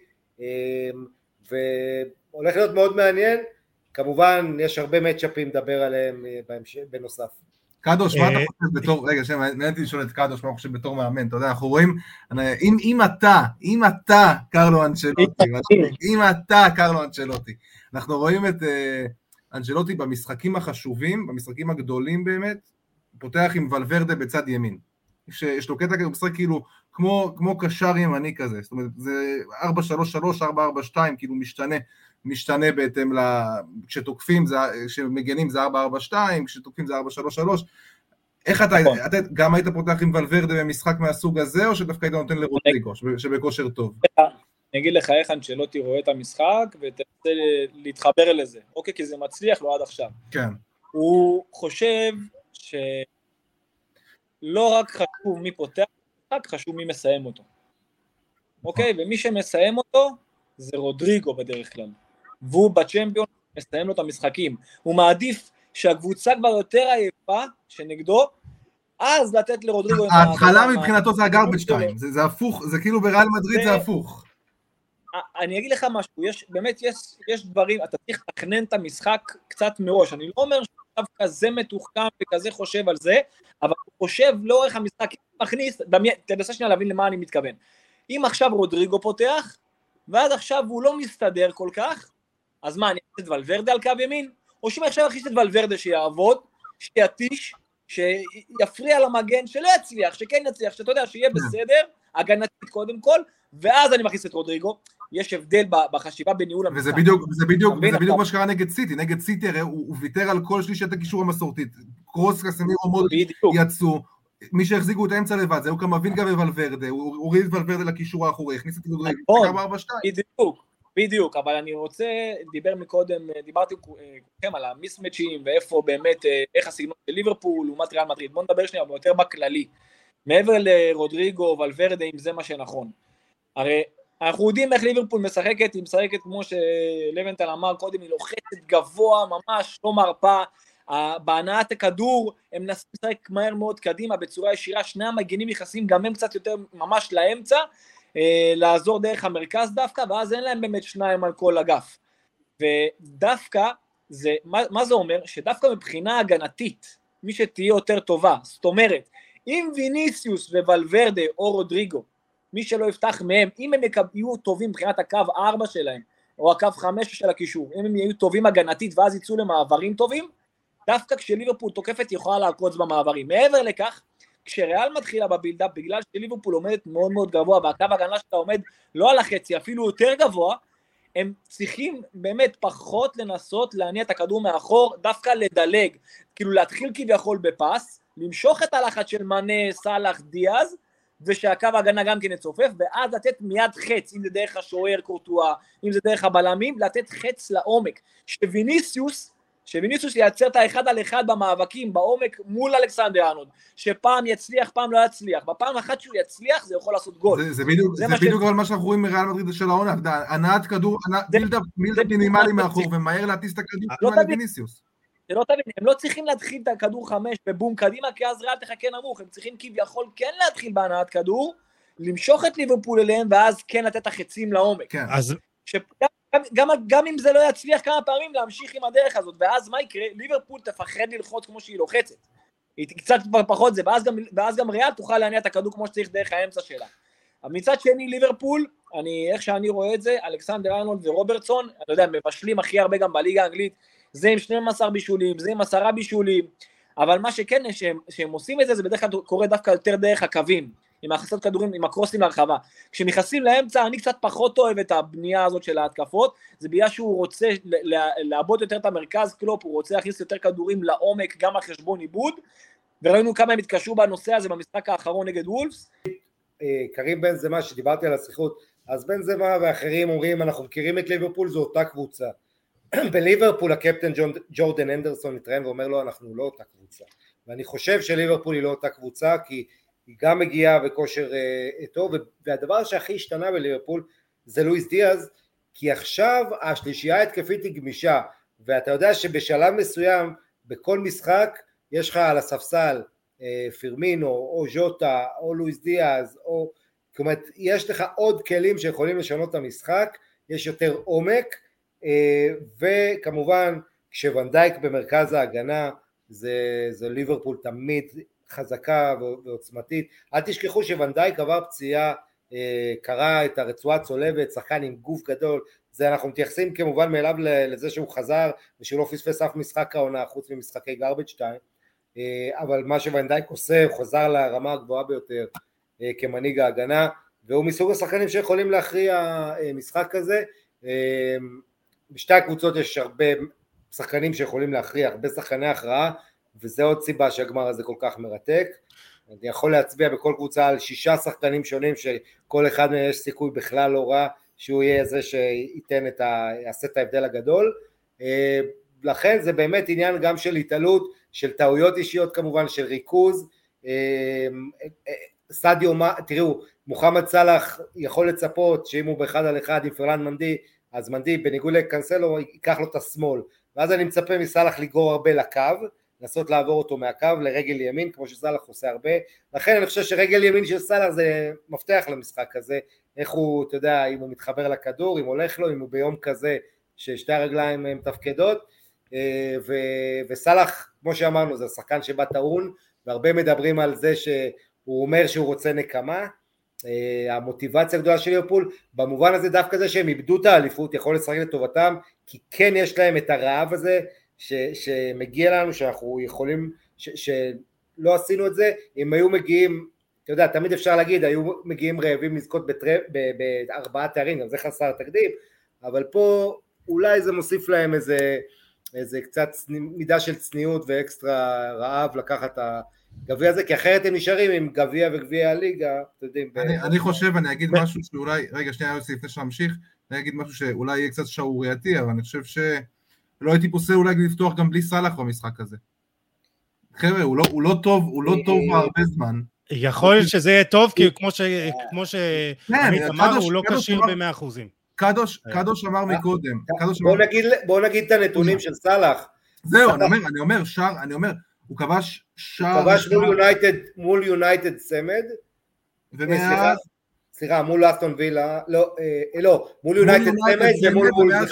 Speaker 2: והולך להיות מאוד מעניין. כמובן יש הרבה מצ'אפים לדבר עליהם בנוסף.
Speaker 4: קדוש, מה אתה חושב בתור, רגע, מעניין לשאול את קדוש, מה הוא חושב בתור מאמן, אתה יודע, אנחנו רואים, אם אתה קרלו אנצ'לוטי, אנחנו רואים את אנצ'לוטי במשחקים החשובים, במשחקים הגדולים באמת, פותח עם ולוורדה בצד ימין, יש לו קטע כזה, הוא משחק כאילו, כמו קשר ימני כזה, זאת אומרת, זה 4-3-3, 4-4-2, כאילו משתנה בהתאם כשתוקפים, כשמגנים זה 4-4-2, כשתוקפים זה 4-3-3, איך אתה גם היית פותח עם ולוורדה במשחק מהסוג הזה, או שדווקא היית נותן לרודריגו, שבכושר טוב?
Speaker 3: אני אגיד לך איך אנצ'לוטי רואה את המשחק, ותנסה להתחבר לזה, אוקיי, כי זה מצליח לו עד עכשיו.
Speaker 4: כן.
Speaker 3: הוא חושב לא רק חשוב מי פותח, רק חשוב מי מסיים אותו. אוקיי? ומי שמסיים אותו זה רודריגו בדרך כלל. והוא בצ'מפיון מסיים לו את המשחקים. הוא מעדיף שהקבוצה כבר יותר עייפה שנגדו, אז לתת לרודריגו...
Speaker 4: ההתחלה מבחינתו זה הגרבג' טיים, זה הפוך, זה כאילו בריאל מדריד זה הפוך.
Speaker 3: אני אגיד לך משהו, באמת יש דברים, אתה צריך לתכנן את המשחק קצת מראש, אני לא אומר שעכשיו כזה מתוחכם וכזה חושב על זה, אבל הוא חושב לאורך המשחק, מכניס, תנסה שנייה להבין למה אני מתכוון. אם עכשיו רודריגו פותח, ועד עכשיו הוא לא מסתדר כל כך, אז מה, אני אכניס את ולוורדה על קו ימין? או שאם עכשיו אכניס את ולוורדה שיעבוד, שיתיש, שיפריע למגן, שלא יצליח, שכן יצליח, שאתה יודע, שיהיה בסדר, הגנתית קודם כל, ואז אני מכניס את רודריגו. יש הבדל בחשיבה בניהול המשחק.
Speaker 4: וזה בדיוק מה שקרה נגד סיטי. נגד סיטי הרי הוא ויתר על כל שלישת הקישור המסורתית. קרוס, קסמירו, מודריץ' יצאו. מי שהחזיקו את האמצע לבד, זה הוא כמובן וולוורדה, הוא הוריד וולוורדה לקישור האחורי, הכניס את רודריגו,
Speaker 3: בדיוק, אבל אני רוצה, דיברתי כולכם על המיסמצ'ים, ואיפה באמת, איך הסגנון של ליברפול, לעומת ריאל מדריד, בואו נדבר שנייה, יותר בכללי, מעבר לרודריגו, וולוורדה, אם זה מה שנכון. הרי אנחנו יודעים איך ליברפול משחקת, היא משחקת כמו שלוונטל אמר קודם, היא לוחצת גבוה, ממש לא מרפה, בהנעת הכדור, הם מנסים לשחק מהר מאוד קדימה, בצורה ישירה, שני המגנים נכנסים גם הם קצת יותר ממש לאמצע, לעזור דרך המרכז דווקא, ואז אין להם באמת שניים על כל אגף. ודווקא, מה זה אומר? שדווקא מבחינה הגנתית, מי שתהיה יותר טובה, זאת אומרת, אם ויניסיוס ווולוורדה או רודריגו, מי שלא יפתח מהם, אם הם יהיו טובים מבחינת הקו 4 שלהם, או הקו 5 של הקישור, אם הם יהיו טובים הגנתית ואז יצאו למעברים טובים, דווקא כשליברפול תוקפת יכולה לעקוץ במעברים. מעבר לכך, כשריאל מתחילה בבילדאפ, בגלל שליברפול עומדת מאוד מאוד גבוה, והקו הגנה שאתה עומד לא על החצי, אפילו יותר גבוה, הם צריכים באמת פחות לנסות להניע את הכדור מאחור, דווקא לדלג, כאילו להתחיל כביכול בפס, למשוך את הלחץ של מנה, סלח, דיאז, ושהקו ההגנה גם כן יצופף, ואז לתת מיד חץ, אם זה דרך השוער קורטואה, אם זה דרך הבלמים, לתת חץ לעומק, שוויניסיוס ייצר את האחד על אחד במאבקים, בעומק מול אלכסנדר ארנולד, שפעם יצליח, פעם לא יצליח, בפעם אחת שהוא יצליח, זה יכול לעשות גול.
Speaker 4: זה בדיוק על מה שאנחנו רואים מריאל מדריד של העונה, הנעת כדור, בילדאפ מינימלי מאחור, ומהר להטיס את הכדור לוויניסיוס.
Speaker 3: זה לא תבין, הם לא צריכים להתחיל את הכדור 5 בבום קדימה, כי אז ריאל תחכה נמוך, הם צריכים כביכול כן להתחיל בהנעת כדור, למשוך את ליברפול אליהם, ואז כן לתת את החצים לעומק.
Speaker 4: כן.
Speaker 3: גם אם זה לא יצליח כמה פעמים להמשיך עם הדרך הזאת, ואז מה יקרה? ליברפול תפחד ללחוץ כמו שהיא לוחצת. היא קצת פחות זה, ואז גם ריאל תוכל להניע את הכדור כמו שצריך דרך האמצע שלה. אבל מצד שני ליברפול, איך שאני רואה את זה, אלכסנדר ארנולד ורוברטסון, אני יודע, מבשלים הכי הרבה גם בליגה האנגלית, זה עם 12 בישולים, זה עם 10 בישולים, אבל מה שכן, שהם עושים את זה, זה בדרך כלל קורה דווקא יותר דרך הקווים, עם ההכנסות כדורים, עם הקרוסים להרחבה. כשנכנסים לאמצע, אני קצת פחות אוהב את הבנייה הזאת של ההתקפות, זה בגלל שהוא רוצה לעבוד יותר את המרכז קלופ, הוא רוצה להכניס יותר כדורים לעומק, גם על חשבון עיבוד, וראינו כמה הם התקשרו בנושא הזה במשחק האחרון נגד וולפס.
Speaker 2: קרים בנזמה, שדיברתי על השיחות, אז בנזמה ואחרים אומרים, אנחנו מכירים את ליברפול, זו אותה קבוצה. בליברפול הקפטן ג'ורדן אנדרסון מתראיין ואומר לו, אנחנו לא אותה קבוצה. ואני חושב שליברפול היא לא אותה קבוצה, כי היא גם מגיעה בכושר טוב, והדבר שהכי השתנה בליברפול זה לואיס דיאז, כי עכשיו השלישייה ההתקפית היא גמישה, ואתה יודע שבשלב מסוים, בכל משחק, יש לך על הספסל פירמינו, או ז'וטה, או לואיס דיאז, או, זאת אומרת, יש לך עוד כלים שיכולים לשנות את המשחק, יש יותר עומק, וכמובן, כשוונדייק במרכז ההגנה, זה ליברפול תמיד חזקה ועוצמתית. אל תשכחו שוונדייק עבר פציעה, קרא את הרצועה צולבת, שחקן עם גוף גדול, זה אנחנו מתייחסים כמובן מאליו לזה שהוא חזר, ושהוא לא פספס אף משחק העונה, חוץ ממשחקי גרבג' 2, אבל מה שוונדייק עושה, הוא חזר לרמה הגבוהה ביותר כמנהיג ההגנה, והוא מסוג השחקנים שיכולים להכריע משחק כזה. בשתי הקבוצות יש הרבה שחקנים שיכולים להכריע, הרבה שחקני הכרעה, וזה עוד סיבה שהגמר הזה כל כך מרתק. אני יכול להצביע בכל קבוצה על 6 שחקנים שונים, שכל אחד מהם יש סיכוי בכלל לא רע, שהוא יהיה זה יעשה את ההבדל הגדול. לכן זה באמת עניין גם של התעלות, של טעויות אישיות כמובן, של ריכוז, סדיו, תראו, מוחמד סלאח יכול לצפות שאם הוא באחד על אחד עם פרלן מנדי, אז מנדי בניגוד לקנסלו ייקח לו את השמאל, ואז אני מצפה מסלאח לגרור הרבה לקו, לנסות לעבור אותו מהקו לרגל ימין, כמו שסלאח עושה הרבה, לכן אני חושב שרגל ימין של סלאח זה מפתח למשחק הזה, איך הוא, אתה יודע, אם הוא מתחבר לכדור, אם הולך לו, אם הוא ביום כזה ששתי הרגליים מתפקדות, וסלאח, כמו שאמרנו, זה שחקן שבא טעון, והרבה מדברים על זה שהוא אומר שהוא רוצה נקמה, המוטיבציה הגדולה של ליברפול, במובן הזה דווקא זה שהם איבדו את האליפות, יכול לשחק לטובתם, כי כן יש להם את הרעב הזה, שמגיע לנו, שאנחנו יכולים, שלא עשינו את זה, אם היו מגיעים, אתה יודע, תמיד אפשר להגיד, היו מגיעים רעבים לזכות בארבעה תארים, גם זה חסר תקדים, אבל פה אולי זה מוסיף להם איזה קצת מידה של צניעות ואקסטרה רעב לקחת הגביע הזה, כי אחרת הם נשארים עם גביע וגביע הליגה, אתה יודעים.
Speaker 4: אני חושב, אני אגיד משהו שאולי, רגע שנייה יוסי, לפני שנמשיך, אני אגיד משהו שאולי יהיה קצת שערורייתי, אבל אני חושב שלא הייתי פוסל אולי לפתוח גם בלי סלאח במשחק הזה. חבר'ה, הוא לא טוב הרבה זמן.
Speaker 1: יכול להיות שזה יהיה טוב, כי כמו שעמית אמר, הוא לא קשיר ב100%.
Speaker 4: קדוש אמר מקודם.
Speaker 2: בואו נגיד את הנתונים של סלאח.
Speaker 4: זהו, אני אומר, הוא כבש שער...
Speaker 2: הוא כבש מול יונייטד צמד. סליחה, מול אסטון וילה, לא, מול יונייטד צמד ומול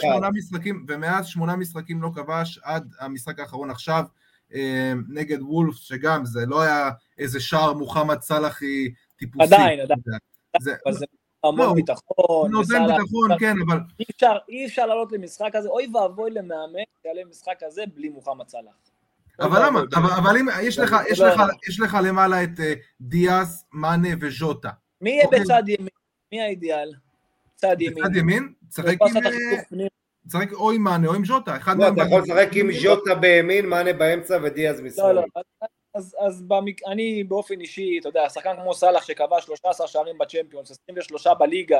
Speaker 4: ומאז 8 משחקים לא כבש עד המשחק האחרון עכשיו, נגד וולף, שגם זה לא היה איזה שער מוחמד סלאחי טיפוסי.
Speaker 3: עדיין. זה המון ביטחון.
Speaker 4: נותן ביטחון, כן, אבל...
Speaker 3: אי אפשר לעלות למשחק הזה, אוי ואבוי למאמן, יעלה משחק הזה בלי מוחמד סלאח.
Speaker 4: אבל למה? אבל אם יש לך למעלה את דיאס, מאנה וז'וטה.
Speaker 3: מי יהיה בצד ימין? מי האידיאל? צד ימין.
Speaker 4: בצד ימין? צחק או עם מאנה או עם ז'וטה.
Speaker 2: אתה יכול לשחק עם ז'וטה בימין, מאנה באמצע ודיאס משמאל.
Speaker 3: לא, אז אני באופן אישי, אתה יודע, שחקן כמו סלאח שקבע 13 שערים בצ'מפיונס, 23 בליגה,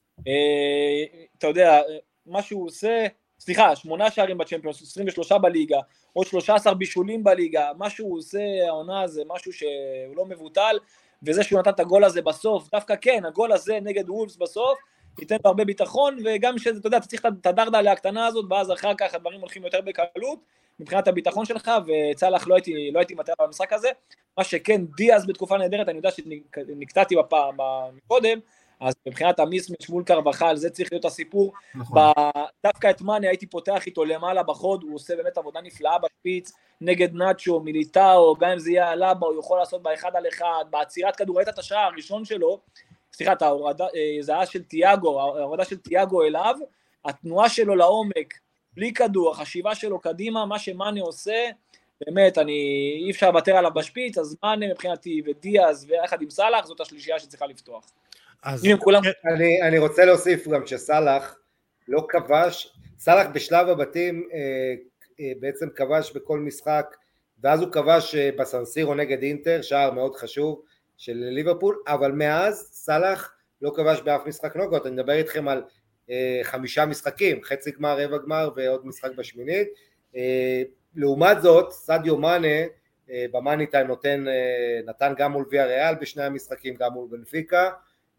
Speaker 3: אתה יודע, מה שהוא עושה, 8 שערים בצ'מפיונס, 23 בליגה, עוד 13 בישולים בליגה, מה שהוא עושה, העונה הזה, משהו שהוא לא מבוטל, וזה שהוא נתן את הגול הזה בסוף, דווקא כן, הגול הזה נגד וולפס בסוף, ייתן לו הרבה ביטחון, וגם שזה, אתה יודע, אתה צריך את הדרדה להקטנה הזאת, ואז אחר כך הדברים הולכים יותר בקלות, מבחינת הביטחון שלך, וצלח לא הייתי מטר במשחק הזה, מה שכן, דיאז בתקופה נהדרת, אני יודע שנקטעתי קודם, אז מבחינת המיסמץ' מול קרבחל, זה צריך להיות הסיפור, דווקא את מאנה הייתי פותח איתו למעלה בחוד, הוא עושה באמת עבודה נפלאה בשפיץ, נגד נאצ'ו, מיליטאו, גם אם זה יהיה עליו, הוא יכול לעשות באחד על אחד, בעצירת כדור, ראית את השער הראשון שלו, את ההורדה, זה היה של תיאגו, ההורדה של תיאגו אליו, התנועה שלו לעומק, בלי כדור, החשיבה שלו קדימה, מה שמאנה עושה, באמת, אי אפשר לוותר עליו בשפיץ, אז מאנה מבחינתי ודיאז ויחד עם סלאח, זאת השלישייה שצריכה לפתוח.
Speaker 2: אני רוצה להוסיף גם שסלאח לא כבש, סלאח בשלב הבתים בעצם כבש בכל משחק, ואז הוא כבש בסנסירו נגד אינטר, שער מאוד חשוב של ליברפול, אבל מאז סלאח לא כבש באף משחק נוקאוט, אני מדבר איתכם על 5 משחקים, חצי גמר, רבע גמר ועוד משחק בשמינית, לעומת זאת סדיו מאנה במאני טיים נתן גם מול ויה ריאל בשני המשחקים, גם מול בנפיקה,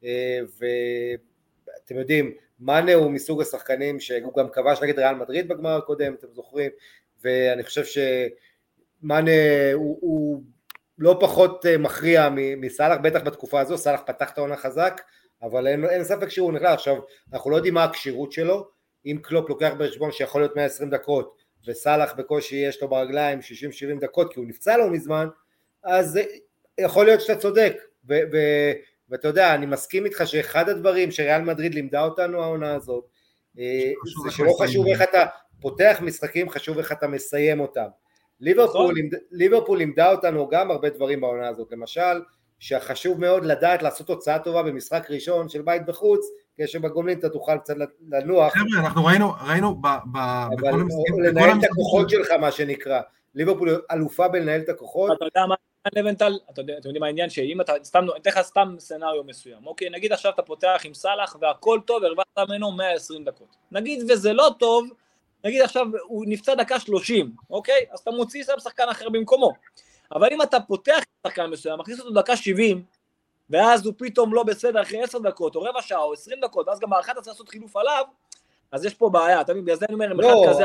Speaker 2: ואתם יודעים, מאנה הוא מסוג השחקנים שהוא גם כבש נגד ריאל מדריד בגמר הקודם, אתם זוכרים, ואני חושב שמאנה הוא לא פחות מכריע מסלאח, בטח בתקופה הזו, סלאח פתח את העונה חזק, אבל אין ספק שהוא נכלל. עכשיו, אנחנו לא יודעים מה הקשירות שלו, אם קלופ לוקח בחשבון שיכול להיות 120 דקות, וסלאח בקושי יש לו ברגליים 60-70 דקות, כי הוא נפצע לו מזמן, אז יכול להיות שאתה צודק, ואתה יודע, אני מסכים איתך שאחד הדברים שריאל מדריד לימדה אותנו העונה הזאת, זה שלא חשוב איך אתה פותח משחקים, חשוב איך אתה מסיים אותם. ליברפול לימדה אותנו גם הרבה דברים בעונה הזאת, למשל, שחשוב מאוד לדעת לעשות תוצאה טובה במשחק ראשון של בית בחוץ, כשבגומלין אתה תוכל קצת לנוח. חבר'ה,
Speaker 4: אנחנו ראינו בכל המשחקים...
Speaker 2: לנהל את הכוחות שלך, מה שנקרא. ליברפול אלופה בלנהל את הכוחות.
Speaker 3: אתה יודע מה, לבנטל, אתם יודעים מה העניין, שאם אתה אתן לך סתם סצנריו מסוים, אוקיי, נגיד עכשיו אתה פותח עם סלאח והכל טוב, הרווחת ממנו 120 דקות. נגיד וזה לא טוב, נגיד עכשיו הוא נפצע דקה 30, אוקיי? אז אתה מוציא שם שחקן אחר במקומו. אבל אם אתה פותח שחקן מסוים, מכניס אותו דקה 70, ואז הוא פתאום לא בסדר אחרי 10 דקות, או רבע שעה, או 20 דקות, ואז גם האחת צריך לעשות חילוף עליו, אז יש פה בעיה, אתה מבין, בגלל זה אני אומר,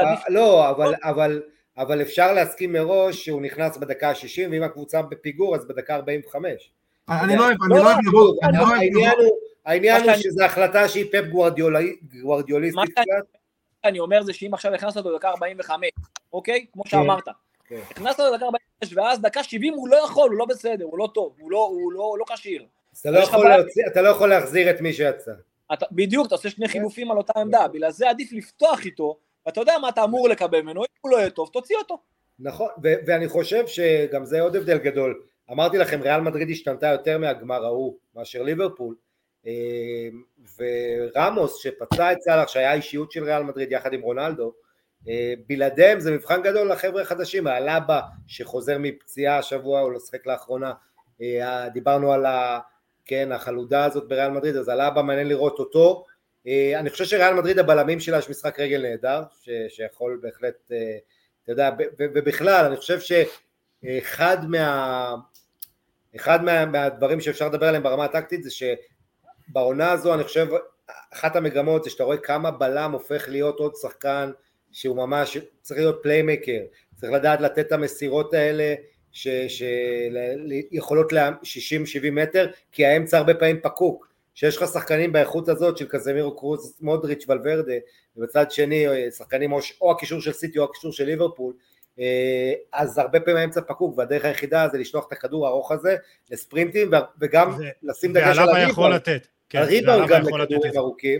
Speaker 2: אבל אפשר להסכים מראש שהוא נכנס בדקה ה-60, ואם הקבוצה בפיגור, אז בדקה 45.
Speaker 4: אני לא אוהב,
Speaker 2: העניין הוא שזו החלטה שהיא פפ גוארדיוליסטית קצת.
Speaker 3: אני אומר זה שאם עכשיו הכנסת אותו דקה 45, אוקיי? כמו שאמרת. הכנסת אותו דקה 45, ואז דקה 70 הוא לא יכול, הוא לא בסדר, הוא לא טוב, הוא לא כשיר.
Speaker 2: אתה לא יכול להחזיר את מי שיצא.
Speaker 3: בדיוק, אתה עושה שני חילופים על אותה עמדה, בגלל זה עדיף לפתוח איתו, ואתה יודע מה אתה אמור לקבל ממנו, אם הוא לא יהיה טוב, תוציא אותו.
Speaker 2: נכון, ואני חושב שגם זה עוד הבדל גדול. אמרתי לכם, ריאל מדריד השתנתה יותר מהגמר ההוא, מאשר ליברפול, ורמוס שפצע את סלאח, שהיה אישיות של ריאל מדריד יחד עם רונלדו, בלעדיהם זה מבחן גדול לחבר'ה החדשים, האלאבה שחוזר מפציעה השבוע, או לא שחק לאחרונה, דיברנו על החלודה הזאת בריאל מדריד, אז אלאבה מעניין לראות אותו. אני חושב שריאל מדריד הבלמים שלה יש משחק רגל נהדר, שיכול בהחלט, אתה יודע, ובכלל אני חושב שאחד מהדברים שאפשר לדבר עליהם ברמה הטקטית זה שבעונה הזו אני חושב אחת המגמות זה שאתה רואה כמה בלם הופך להיות עוד שחקן שהוא ממש צריך להיות פליימקר, צריך לדעת לתת את המסירות האלה שיכולות ל-60-70 מטר, כי האמצע הרבה פעמים פקוק, שיש לך שחקנים באיכות הזאת של קזמירו, קרוז, מודריץ', ולוורדה, ובצד שני שחקנים או הקישור של סיטי או הקישור של ליברפול, אז הרבה פעמים האמצע פקוק, והדרך היחידה זה לשלוח את הכדור הארוך הזה לספרינטים, וגם לשים דגש על הריבאונד, על ריבאונד גם לכדורים ארוכים,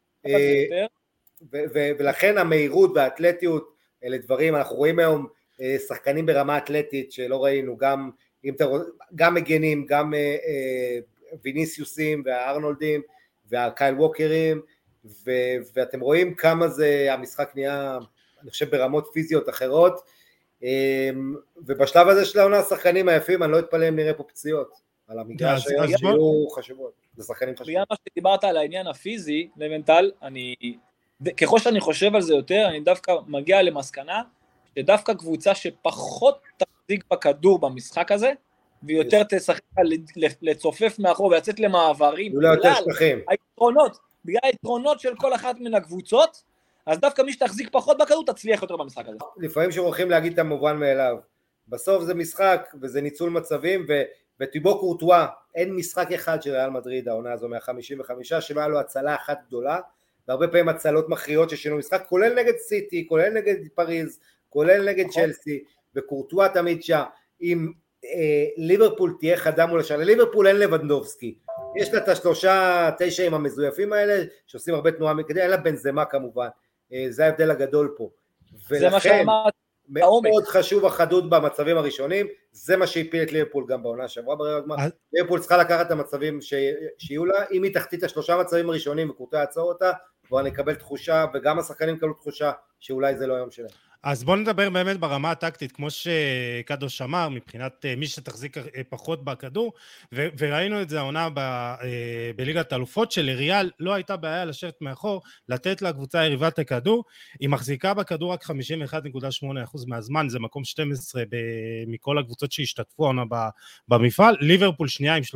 Speaker 2: ולכן המהירות והאתלטיות, אלה דברים, אנחנו רואים היום שחקנים ברמה אתלטית שלא ראינו, גם מגנים, גם ויניסיוסים והארנולדים והקייל ווקרים, ואתם רואים כמה זה המשחק נהיה, אני חושב ברמות פיזיות אחרות, ובשלב הזה של העונה השחקנים היפים, אני לא אתפלא אם נראה פה פציעות על המגרש היום שיהיו חשובות, זה שחקנים חשובים.
Speaker 3: בגלל מה שדיברת על העניין הפיזי, לבנטל, ככל שאני חושב על זה יותר, אני דווקא מגיע למסקנה, שדווקא קבוצה שפחות תחזיק בכדור במשחק הזה, ויותר תשחק לצופף מאחור ולצאת למעברים, בגלל היתרונות של כל אחת מן הקבוצות, אז דווקא מי שתחזיק פחות בכדור תצליח יותר במשחק הזה.
Speaker 2: לפעמים שרוחים להגיד את המובן מאליו, בסוף זה משחק וזה ניצול מצבים, וטיבו קורטואה, אין משחק אחד של ריאל מדריד, העונה הזו 155, שלא היה לו הצלה אחת גדולה, והרבה פעמים הצלות מכריעות ששינו משחק, כולל נגד סיטי, כולל נגד פריז, כולל נגד צ'לסי, וקורטואה תמיד שם, אם ליברפול תהיה חדה מול השאר, לליברפול אין לבנדובסקי, יש לה את השלושה 9 המזויפים האלה, שעושים הרבה תנועה מכדי, אין לה בנזמה כמובן, זה ההבדל הגדול פה, ולכן מאוד חשוב החדות במצבים הראשונים, זה מה שהפיל את ליברפול גם בעונה שעברה ברבע הגמר, ליברפול צריכה לקחת את המצבים שיהיו לה, אם היא תחתית השלושה מצבים הראשונים וקורטואה יעצור אותה, בואו נקבל תחושה, וגם השחקנים קבלו תחושה שאולי זה לא היום שלהם.
Speaker 1: אז בואו נדבר באמת ברמה הטקטית, כמו שקדוש אמר, מבחינת מי שתחזיק פחות בכדור, וראינו את זה העונה בליגת האלופות, שלריאל לא הייתה בעיה לשבת מאחור, לתת לקבוצה יריבת הכדור, היא מחזיקה בכדור רק 51.8% מהזמן, זה מקום 12 מכל הקבוצות שהשתתפו העונה במפעל, ליברפול שנייה עם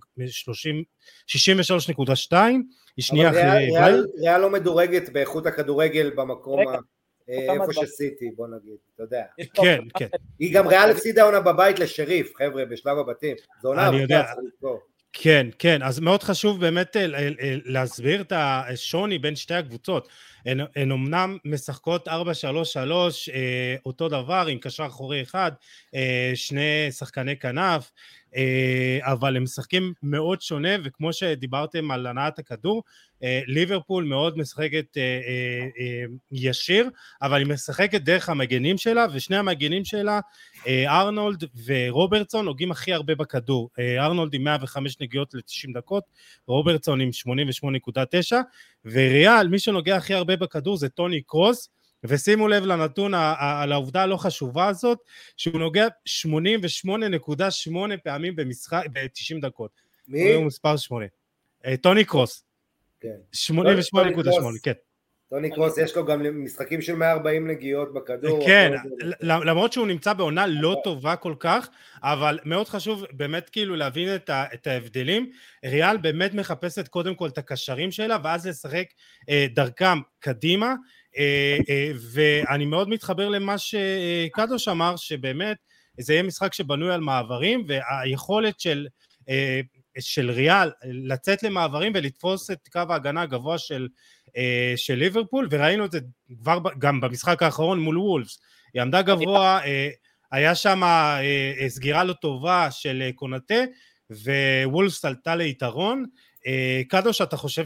Speaker 1: 63.2, היא שנייה אחרי...
Speaker 2: ריאל לא מדורגת באיכות הכדורגל במקום איפה שסיטי, בוא נגיד, אתה יודע.
Speaker 1: כן, כן.
Speaker 2: היא גם ריאל הפסידה עונה בבית לשריף, חבר'ה, בשלב הבתים. זו עונה ארוכה, צריך לזכור.
Speaker 1: כן, כן, אז מאוד חשוב באמת להסביר את השוני בין שתי הקבוצות. הן אמנם משחקות 4-3-3, אותו דבר, עם קשר אחורי אחד, שני שחקני כנף, אבל הם משחקים מאוד שונה, וכמו שדיברתם על הנעת הכדור, ליברפול מאוד משחקת ישיר, אבל היא משחקת דרך המגנים שלה, ושני המגנים שלה, ארנולד ורוברטסון, נוגעים הכי הרבה בכדור, ארנולד עם 105 נגיעות ל-90 דקות, רוברטסון עם 88.9, וריאל, מי שנוגע הכי הרבה בכדור זה טוני קרוס, ושימו לב לנתון על העובדה הלא חשובה הזאת, שהוא נוגע 88.8 פעמים במשחק, ב-90 דקות.
Speaker 2: מי?
Speaker 1: הוא מספר 8. טוני קרוס. 88.8, כן.
Speaker 2: טוני קרוס יש לו גם משחקים של 140 נגיעות בכדור.
Speaker 1: כן, למרות שהוא נמצא בעונה לא טובה כל כך, אבל מאוד חשוב באמת כאילו להבין את ההבדלים. ריאל באמת מחפשת קודם כל את הקשרים שלה, ואז לשחק דרכם קדימה, ואני מאוד מתחבר למה שקדוש אמר, שבאמת זה יהיה משחק שבנוי על מעברים, והיכולת של ריאל לצאת למעברים ולתפוס את קו ההגנה הגבוה של ליברפול, וראינו את זה כבר גם במשחק האחרון מול וולפס, היא עמדה גבוה, היה שם סגירה לא טובה של קונטה, ווולפס עלתה ליתרון. קדוש, אתה חושב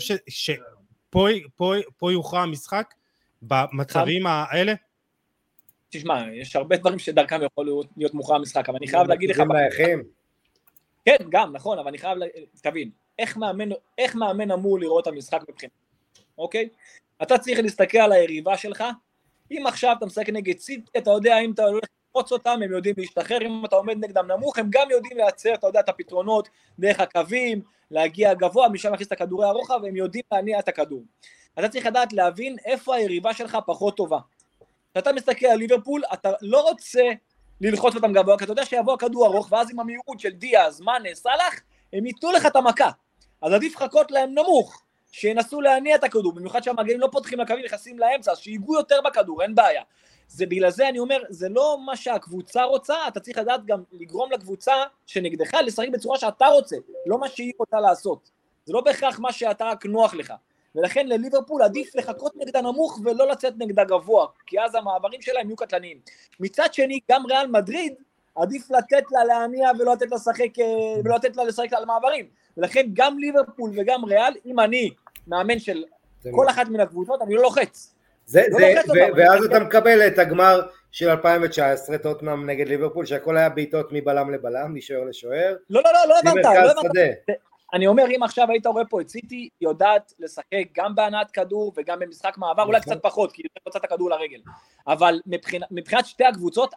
Speaker 1: שפה יוכרע המשחק במצבים האלה?
Speaker 3: תשמע, יש הרבה דברים שדרכם יכול להיות מוכרע המשחק, אבל אני חייב להגיד לך... כן, גם, נכון, אבל אני חייב תבין, איך מאמן אמור לראות את המשחק מבחינת, אוקיי? אתה צריך להסתכל על היריבה שלך, אם עכשיו אתה משחק נגד סיטי, אתה יודע אם אתה הולך לפרוץ אותם, הם יודעים להשתחרר, אם אתה עומד נגדם נמוך, הם גם יודעים לייצר, אתה יודע, את הפתרונות דרך הקווים, להגיע גבוה, משם להכניס את הכדורי הרוחב, והם יודעים להניע את הכדור. אתה צריך לדעת להבין איפה היריבה שלך פחות טובה. כשאתה מסתכל על ליברפול, אתה לא רוצה ללחוץ אותם גבוה, כי אתה יודע שיבוא הכדור ארוך, ואז עם המהירות של דיאז, מאנה, סלאח, הם ייתנו לך את המכה. אז עדיף חכות להם נמוך, שינסו להניע את הכדור, במיוחד שהמגנים לא פותחים לקווים, נכנסים לאמצע, שיגעו יותר בכדור, אין בעיה. זה בגלל זה אני אומר, זה לא מה שהקבוצה רוצה, אתה צריך לדעת גם לגרום לקבוצה שנגדך, לשחק בצורה שאתה רוצה, לא מה שהיא רוצה לעשות. זה לא בהכרח מה שאתה רק נוח לך. ולכן לליברפול עדיף לחכות נגדה נמוך ולא לצאת נגדה גבוה, כי אז המעברים שלהם יהיו קטלניים. מצד שני, גם ריאל מדריד עדיף לתת לה להניע ולא לתת לה לשחק על מעברים. ולכן גם ליברפול וגם ריאל, אם אני מאמן של כל אחת מן הקבוצות, אני לא לוחץ.
Speaker 2: ואז אתה מקבל את הגמר של 2019, טוטנהאם נגד ליברפול, שהכל היה בעיטות מבלם לבלם, משוער לשוער.
Speaker 3: לא הבנת. אני אומר, אם עכשיו היית רואה פה את סיטי, יודעת לשחק גם בהנעת כדור וגם במשחק מעבר, אולי קצת פחות, כי היא רוצה את הכדור לרגל. אבל מבחינת שתי הקבוצות,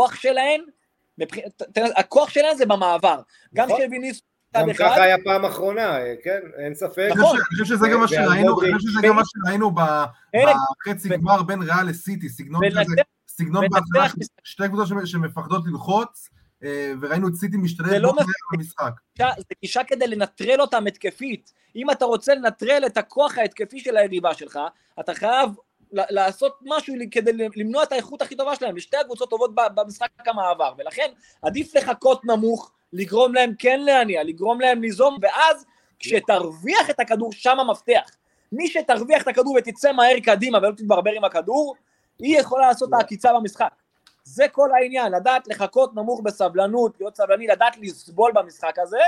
Speaker 3: הכוח שלהן זה במעבר. גם שוויניסיוס
Speaker 2: גם ככה היה פעם אחרונה, כן, אין ספק.
Speaker 4: אני חושב שזה גם מה שראינו בחצי גמר בין ריאל לסיטי, סגנון בהתחלה, שתי קבוצות שמפחדות ללחוץ, וראינו את סיטי משתלב במשחק.
Speaker 3: זה גישה כדי לנטרל אותם התקפית. אם אתה רוצה לנטרל את הכוח ההתקפי של היריבה שלך, אתה חייב לעשות משהו כדי למנוע את האיכות הכי טובה שלהם, ושתי הקבוצות טובות במשחק המעבר, ולכן עדיף לחכות נמוך, לגרום להם כן להניע, לגרום להם ליזום, ואז כשתרוויח את הכדור, שם המפתח. מי שתרוויח את הכדור ותצא מהר קדימה ולא תתברבר עם הכדור, היא יכולה לעשות את העקיצה במשחק. זה כל העניין, לדעת לחכות נמוך בסבלנות, להיות סבלני, לדעת לסבול במשחק הזה,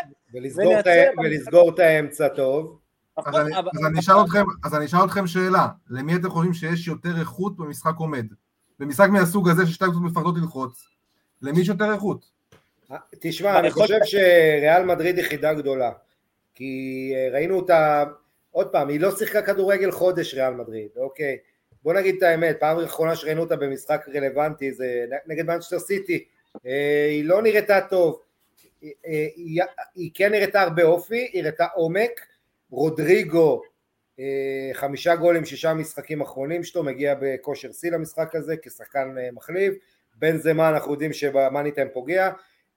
Speaker 2: ולסגור את האמצע טוב.
Speaker 4: אז אני אשאל אתכם שאלה, למי אתם חושבים שיש יותר איכות במשחק עומד? במשחק מהסוג הזה ששתי קבוצות מפחדות ללחוץ, למי יש יותר איכות?
Speaker 2: תשמע, אני חושב שריאל מדריד יחידה גדולה, כי ראינו אותה, עוד פעם, היא לא שיחקה כדורגל חודש ריאל מדריד, אוקיי? בוא נגיד את האמת, פעם האחרונה שראינו אותה במשחק רלוונטי, זה נגד מנצ'סטר סיטי, היא לא נראתה טוב, היא כן נראתה הרבה אופי, היא נראתה עומק, רודריגו, 5 גולים, 6 משחקים אחרונים שלו, מגיע בכושר שיא למשחק הזה, כשחקן מחליף, בנזמה אנחנו יודעים שבמאני טיים פוגע,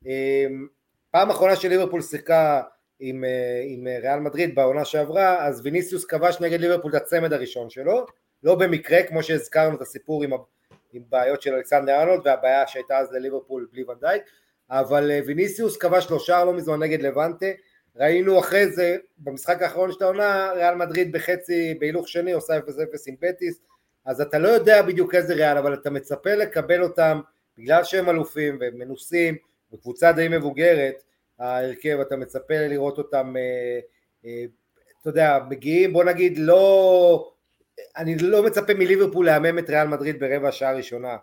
Speaker 2: פעם האחרונה של ליברפול שיחקה עם ריאל מדריד בעונה שעברה, אז ויניסיוס כבש נגד ליברפול את הצמד הראשון שלו, לא במקרה, כמו שהזכרנו את הסיפור עם בעיות של אלכסנדר ארנולד, והבעיה שהייתה אז לליברפול בלי ון דייק, אבל ויניסיוס כבש 3 שער לא מזמן נגד לבנטה, ראינו אחרי זה, במשחק האחרון של העונה, ריאל מדריד בחצי, בהילוך שני, עושה 0-0 עם בטיס, אז אתה לא יודע בדיוק איזה ריאל, אבל אתה מצפה לקבל אותם, בגלל שהם אלופים ומנוסים, וקבוצה די מבוגרת, ההרכב, אתה מצפה לראות אותם, אתה יודע, מגיעים, בוא נגיד, לא, אני לא מצפה מליברפול להמם את ריאל מדריד ברבע השעה הראשונה,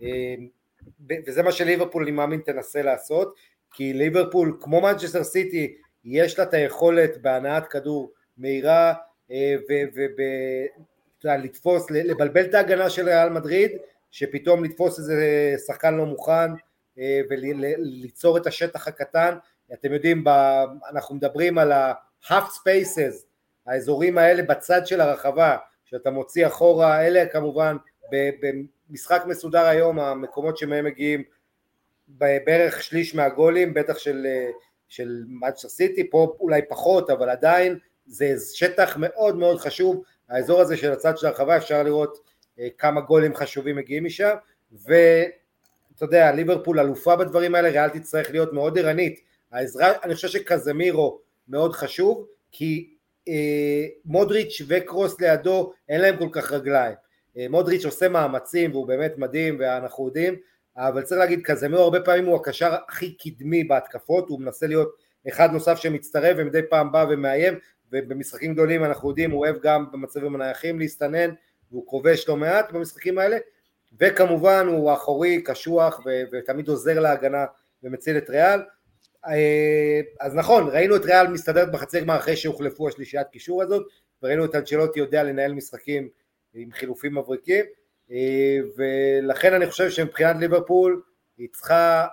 Speaker 2: וזה מה שליברפול אני מאמין תנסה לעשות, כי ליברפול, כמו מנצ'סטר סיטי, יש לה את היכולת בהנעת כדור מהירה, ולתפוס, לבלבל את ההגנה של ריאל מדריד, שפתאום לתפוס איזה שחקן לא מוכן, וליצור את השטח הקטן. אתם יודעים, אנחנו מדברים על ה-half spaces, האזורים האלה בצד של הרחבה, שאתה מוציא אחורה, אלה כמובן במשחק מסודר היום, המקומות שמהם מגיעים בערך שליש מהגולים, בטח של מנצ'סטר סיטי, פה אולי פחות, אבל עדיין זה שטח מאוד מאוד חשוב, האזור הזה של הצד של הרחבה, אפשר לראות כמה גולים חשובים מגיעים משם, ואתה יודע, ליברפול אלופה בדברים האלה, ריאל תצטרך להיות מאוד ערנית, העזרה, אני חושב שקזמירו מאוד חשוב, כי מודריץ' וקרוס לידו, אין להם כל כך רגליים, מודריץ' עושה מאמצים, והוא באמת מדהים, ואנחנו יודעים, אבל צריך להגיד, קזמירו הרבה פעמים הוא הקשר הכי קדמי בהתקפות, הוא מנסה להיות אחד נוסף שמצטרף, ומדי פעם בא ומאיים, ובמשחקים גדולים אנחנו יודעים, הוא אוהב גם במצבים הנייחים להסתנן, והוא כובש לא מעט במשחקים האלה, וכמובן הוא אחורי, קשוח, ותמיד עוזר להגנה, ומציל את ריאל, אז נכון, ראינו את ריאל מסתדרת בחצי גמר אחרי שהוחלפו השלישיית קישור הזאת, וראינו את אנצ'לוטי יודע לנהל משחקים עם חילופים מבריקים, ולכן אני חושב שמבחינת ליברפול היא צריכה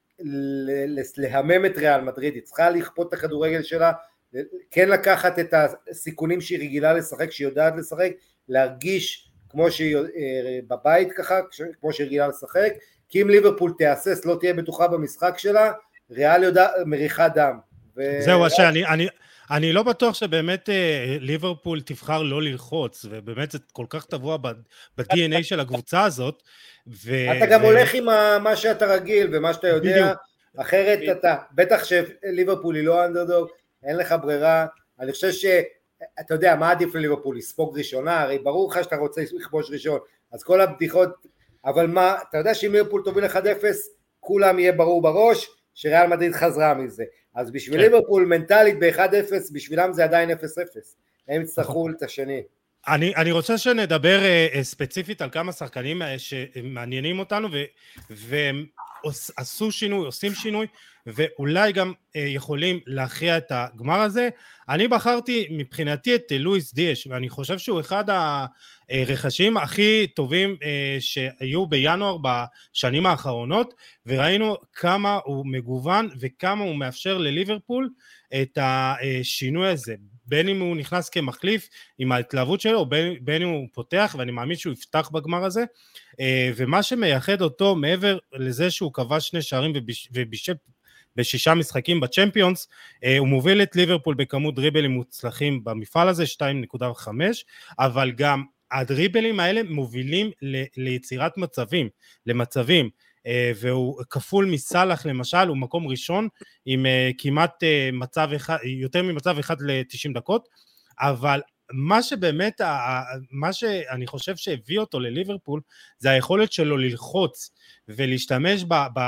Speaker 2: להמם את ריאל מדריד, היא צריכה לכפות את הכדורגל שלה, כן לקחת את הסיכונים שהיא רגילה לשחק, שהיא יודעת לשחק, להרגיש כמו שהיא בבית ככה, כמו שהיא רגילה לשחק, כי אם ליברפול תאסס, לא תהיה בטוחה במשחק שלה, ריאל מריחה דם.
Speaker 1: זהו, אני לא בטוח שבאמת ליברפול תבחר לא ללחוץ, ובאמת זה כל כך טבוע ב-DNA של הקבוצה הזאת.
Speaker 2: אתה גם הולך עם מה שאתה רגיל ומה שאתה יודע, אחרת אתה, בטח שליברפול היא לא אנדרדוג, אין לך ברירה, אני חושב שאתה יודע מה עדיף לליברפול, לספוג ראשונה, הרי ברור לך שאתה רוצה לכבוש ראשון, אז כל הבדיחות, אבל מה, אתה יודע שאם ליברפול תוביל 1-0, כולם יהיה ברור בראש, שריאל מדריד חזרה מזה, אז בשביל ליברפול מנטלית ב-1-0, בשבילם זה עדיין 0-0, הם יצטרכו את השני.
Speaker 1: אני רוצה שנדבר ספציפית על כמה שחקנים שמעניינים אותנו, והם עשו שינוי, עושים שינוי, ואולי גם יכולים להכריע את הגמר הזה. אני בחרתי מבחינתי את לואיס דיאש, ואני חושב שהוא אחד הרכשים הכי טובים שהיו בינואר בשנים האחרונות, וראינו כמה הוא מגוון וכמה הוא מאפשר לליברפול את השינוי הזה, בין אם הוא נכנס כמחליף עם ההתלהבות שלו, או בין אם הוא פותח, ואני מאמין שהוא יפתח בגמר הזה, ומה שמייחד אותו מעבר לזה שהוא כבש 2 שערים ובישל ב6 משחקים בצ'מפיונס, הוא מוביל את ליברפול בכמות דריבלים מוצלחים במפעל הזה, 2.5, אבל גם הדריבלים האלה מובילים ליצירת למצבים, והוא כפול מסלח למשל, הוא מקום ראשון עם כמעט מצב אחד, יותר ממצב אחד ל-90 דקות, אבל מה שבאמת, מה שאני חושב שהביא אותו לליברפול, זה היכולת שלו ללחוץ ולהשתמש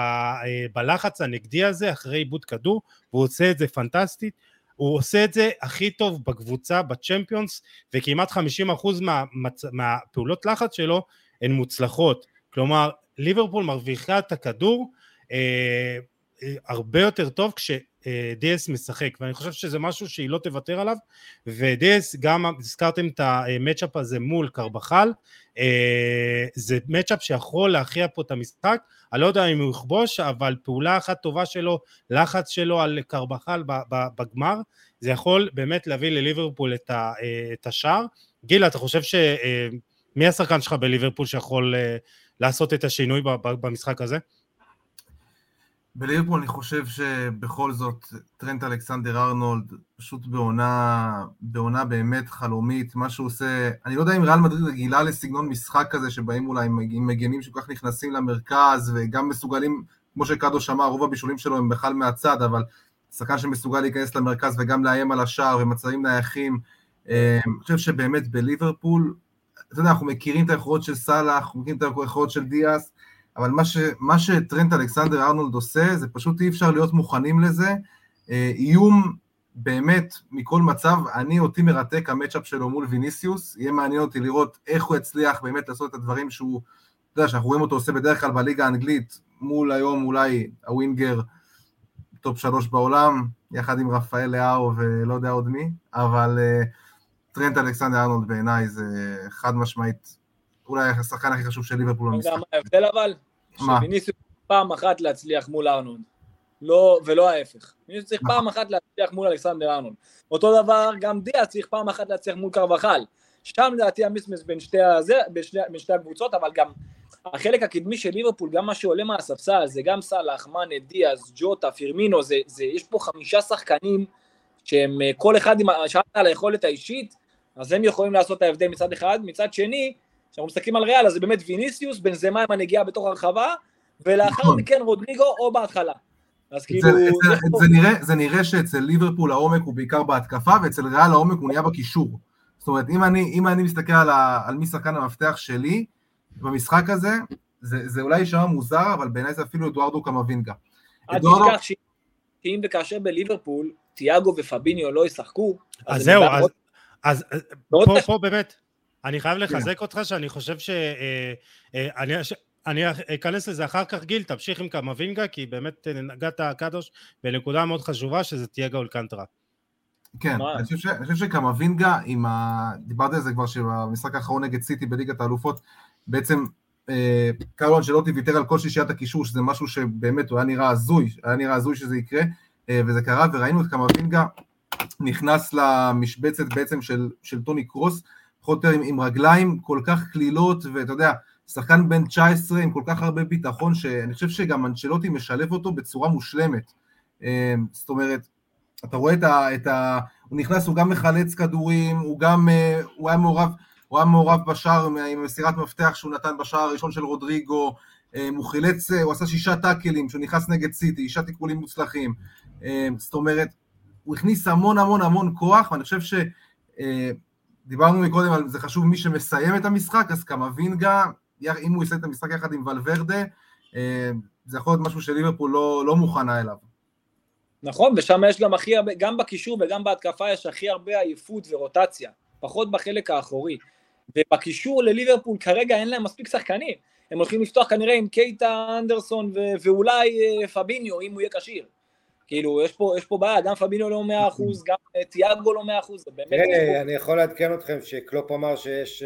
Speaker 1: בלחץ הנגדי הזה אחרי עיבוד כדור, והוא עושה את זה פנטסטית, הוא עושה את זה הכי טוב בקבוצה, בצ'מפיונס, וכמעט 50% מהפעולות לחץ שלו הן מוצלחות, כלומר ליברפול מרוויחה את הכדור הרבה יותר טוב כשדיאס משחק, ואני חושב שזה משהו שהיא לא תוותר עליו, ודיאס גם הזכרתם את המאצ'אפ הזה מול קרבחל, זה מאצ'אפ שיכול להכריע פה את המשחק, אני לא יודע אם הוא יכבוש, אבל פעולה אחת טובה שלו, לחץ שלו על קרבחל בגמר, זה יכול באמת להביא לליברפול את השער. גיל, אתה חושב מי השחקן שלך בליברפול שיכול לעשות את השינוי במשחק הזה?
Speaker 4: בליברפול אני חושב שבכל זאת טרנט אלכסנדר ארנולד פשוט בעונה באמת חלומית, מה שהוא עושה, אני לא יודע אם ריאל מדריד רגילה לסגנון משחק כזה שבאים אולי עם מגנים שכל כך נכנסים למרכז וגם מסוגלים, כמו שקאדו שמע, רוב הבישולים שלו הם בכלל מהצד, אבל שחקן שמסוגל להיכנס למרכז וגם לאיים על השער ומצבים נייחים, אני חושב שבאמת בליברפול, אתה יודע, אנחנו מכירים את היכולות של סלאח, אנחנו מכירים את היכולות של דיאס, אבל מה שטרנט אלכסנדר ארנולד עושה, זה פשוט אי אפשר להיות מוכנים לזה, איום באמת מכל מצב, אותי מרתק המאצ'אפ שלו מול ויניסיוס, יהיה מעניין אותי לראות איך הוא הצליח באמת לעשות את הדברים שהוא, אתה יודע, שאנחנו רואים אותו עושה בדרך כלל בליגה האנגלית, מול היום אולי הווינגר טופ 3 בעולם, יחד עם רפאל לאו ולא יודע עוד מי, אבל טרנט אלכסנדר ארנולד בעיניי זה חד משמעית, אולי השחקן הכי חשוב של ליברפול במשחק.
Speaker 3: ההבדל אבל, שוויניסיוס פעם אחת להצליח מול ארנולד, ולא ההפך. ויניסיוס צריך פעם אחת להצליח מול אלכסנדר ארנולד. אותו דבר, גם דיאס צריך פעם אחת להצליח מול קרבחל, שם לדעתי המיסמס בין שתי הקבוצות, אבל גם החלק הקדמי של ליברפול, גם מה שעולה מהספסל, זה גם סלאח, מאנה, דיאז, ג'וטה, פירמינו, יש פה 5 שחקנים, שהם כל אחד עם השאלה על היכולת האישית, אז הם יכולים לעשות את ההבדל מצד אחד, מצד שני, כשאנחנו מסתכלים על ריאל, אז זה באמת ויניסיוס, בנזמה עם הנגיעה בתוך הרחבה, ולאחר מכן רודריגו או בהתחלה. אז כאילו...
Speaker 4: זה נראה שאצל ליברפול העומק הוא בעיקר בהתקפה, ואצל ריאל העומק הוא נהיה בקישור. זאת אומרת, אם אני מסתכל על מי שחקן המפתח שלי, במשחק הזה, זה אולי יישמע מוזר, אבל בעיניי זה אפילו אדוארדו קמבינגה.
Speaker 3: עד תשכח שאם וכאשר בליברפול, תיאגו ופביניו לא ישחקו,
Speaker 1: אז זהו, אז פה באמת, אני חייב לחזק אותך שאני חושב אני אכנס לזה אחר כך. גיל, תמשיך עם קמבינגה, כי באמת נגעת קדוש בנקודה מאוד חשובה, שזה תיאגו אלקנטרה.
Speaker 4: כן, אני חושב שקמבינגה, דיברתי על זה כבר שבמשחק האחרון נגד סיטי בליגת האלופות, בעצם קרלו אנצ'לוטי ויתר על כל שישיית הקישור, שזה משהו שבאמת הוא היה נראה הזוי שזה יקרה, וזה קרה, וראינו את קמבינגה נכנס למשבצת בעצם של טוני קרוס, פחות או יותר עם רגליים כל כך כלילות, ואתה יודע, שחקן בן 19 עם כל כך הרבה ביטחון, שאני חושב שגם אנצ'לוטי משלב אותו בצורה מושלמת. זאת אומרת, אתה רואה הוא נכנס, הוא גם מחלץ כדורים, הוא היה מעורב בשער עם מסירת מפתח שהוא נתן בשער הראשון של רודריגו, הוא עשה 6 טאקלים, שהוא נכנס נגד סיטי, 6 תיקולים מוצלחים. זאת אומרת, הוא הכניס המון כוח, ואני חושב דיברנו מקודם על זה חשוב מי שמסיים את המשחק, אז קמבינגה, אם הוא יסיים את המשחק יחד עם ולוורדה, זה יכול להיות משהו שליברפול לא מוכנה אליו.
Speaker 3: נכון, ושם יש גם הכי הרבה, גם בקישור וגם בהתקפה יש הכי הרבה עייפות ורוטציה, פחות בחלק האחורי, ובקישור לליברפול כרגע אין להם מספיק שחקנים, הם הולכים לפתוח כנראה עם קייטה אנדרסון ואולי פביניו אם הוא יהיה קשיר. כאילו, יש פה בעיה, גם פביניו לא 100%, גם תיאגו לא 100%, זה באמת...
Speaker 2: אני יכול לעדכן אתכם שקלופ אמר שיש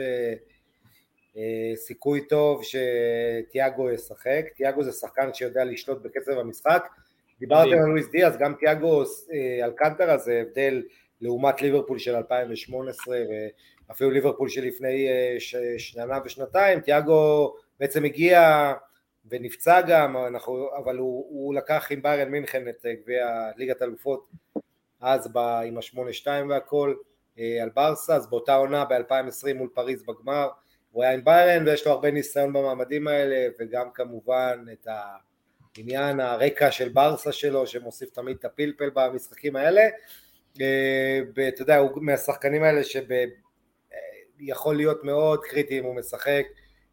Speaker 2: סיכוי טוב שתיאגו ישחק, תיאגו זה שחקן שיודע לשלוט בקצב המשחק, דיברתם על לואיס דיאז, גם תיאגו אלקנטרה זה הבדל לעומת ליברפול של 2018, ואפילו ליברפול שלפני שנה ושנתיים, תיאגו בעצם הגיע... ונפצע גם, אבל הוא לקח עם ביירן מינכן את גביע ליגת אלופות, אז עם ה-8-2 והכל, על ברסה, אז באותה עונה ב-2020 מול פריז בגמר, הוא היה עם ביירן ויש לו הרבה ניסיון במעמדים האלה, וגם כמובן את העניין, הרקע של ברסה שלו, שמוסיף תמיד את הפלפל במשחקים האלה, ואתה יודע, הוא מהשחקנים האלה שיכול להיות מאוד קריטי אם הוא משחק,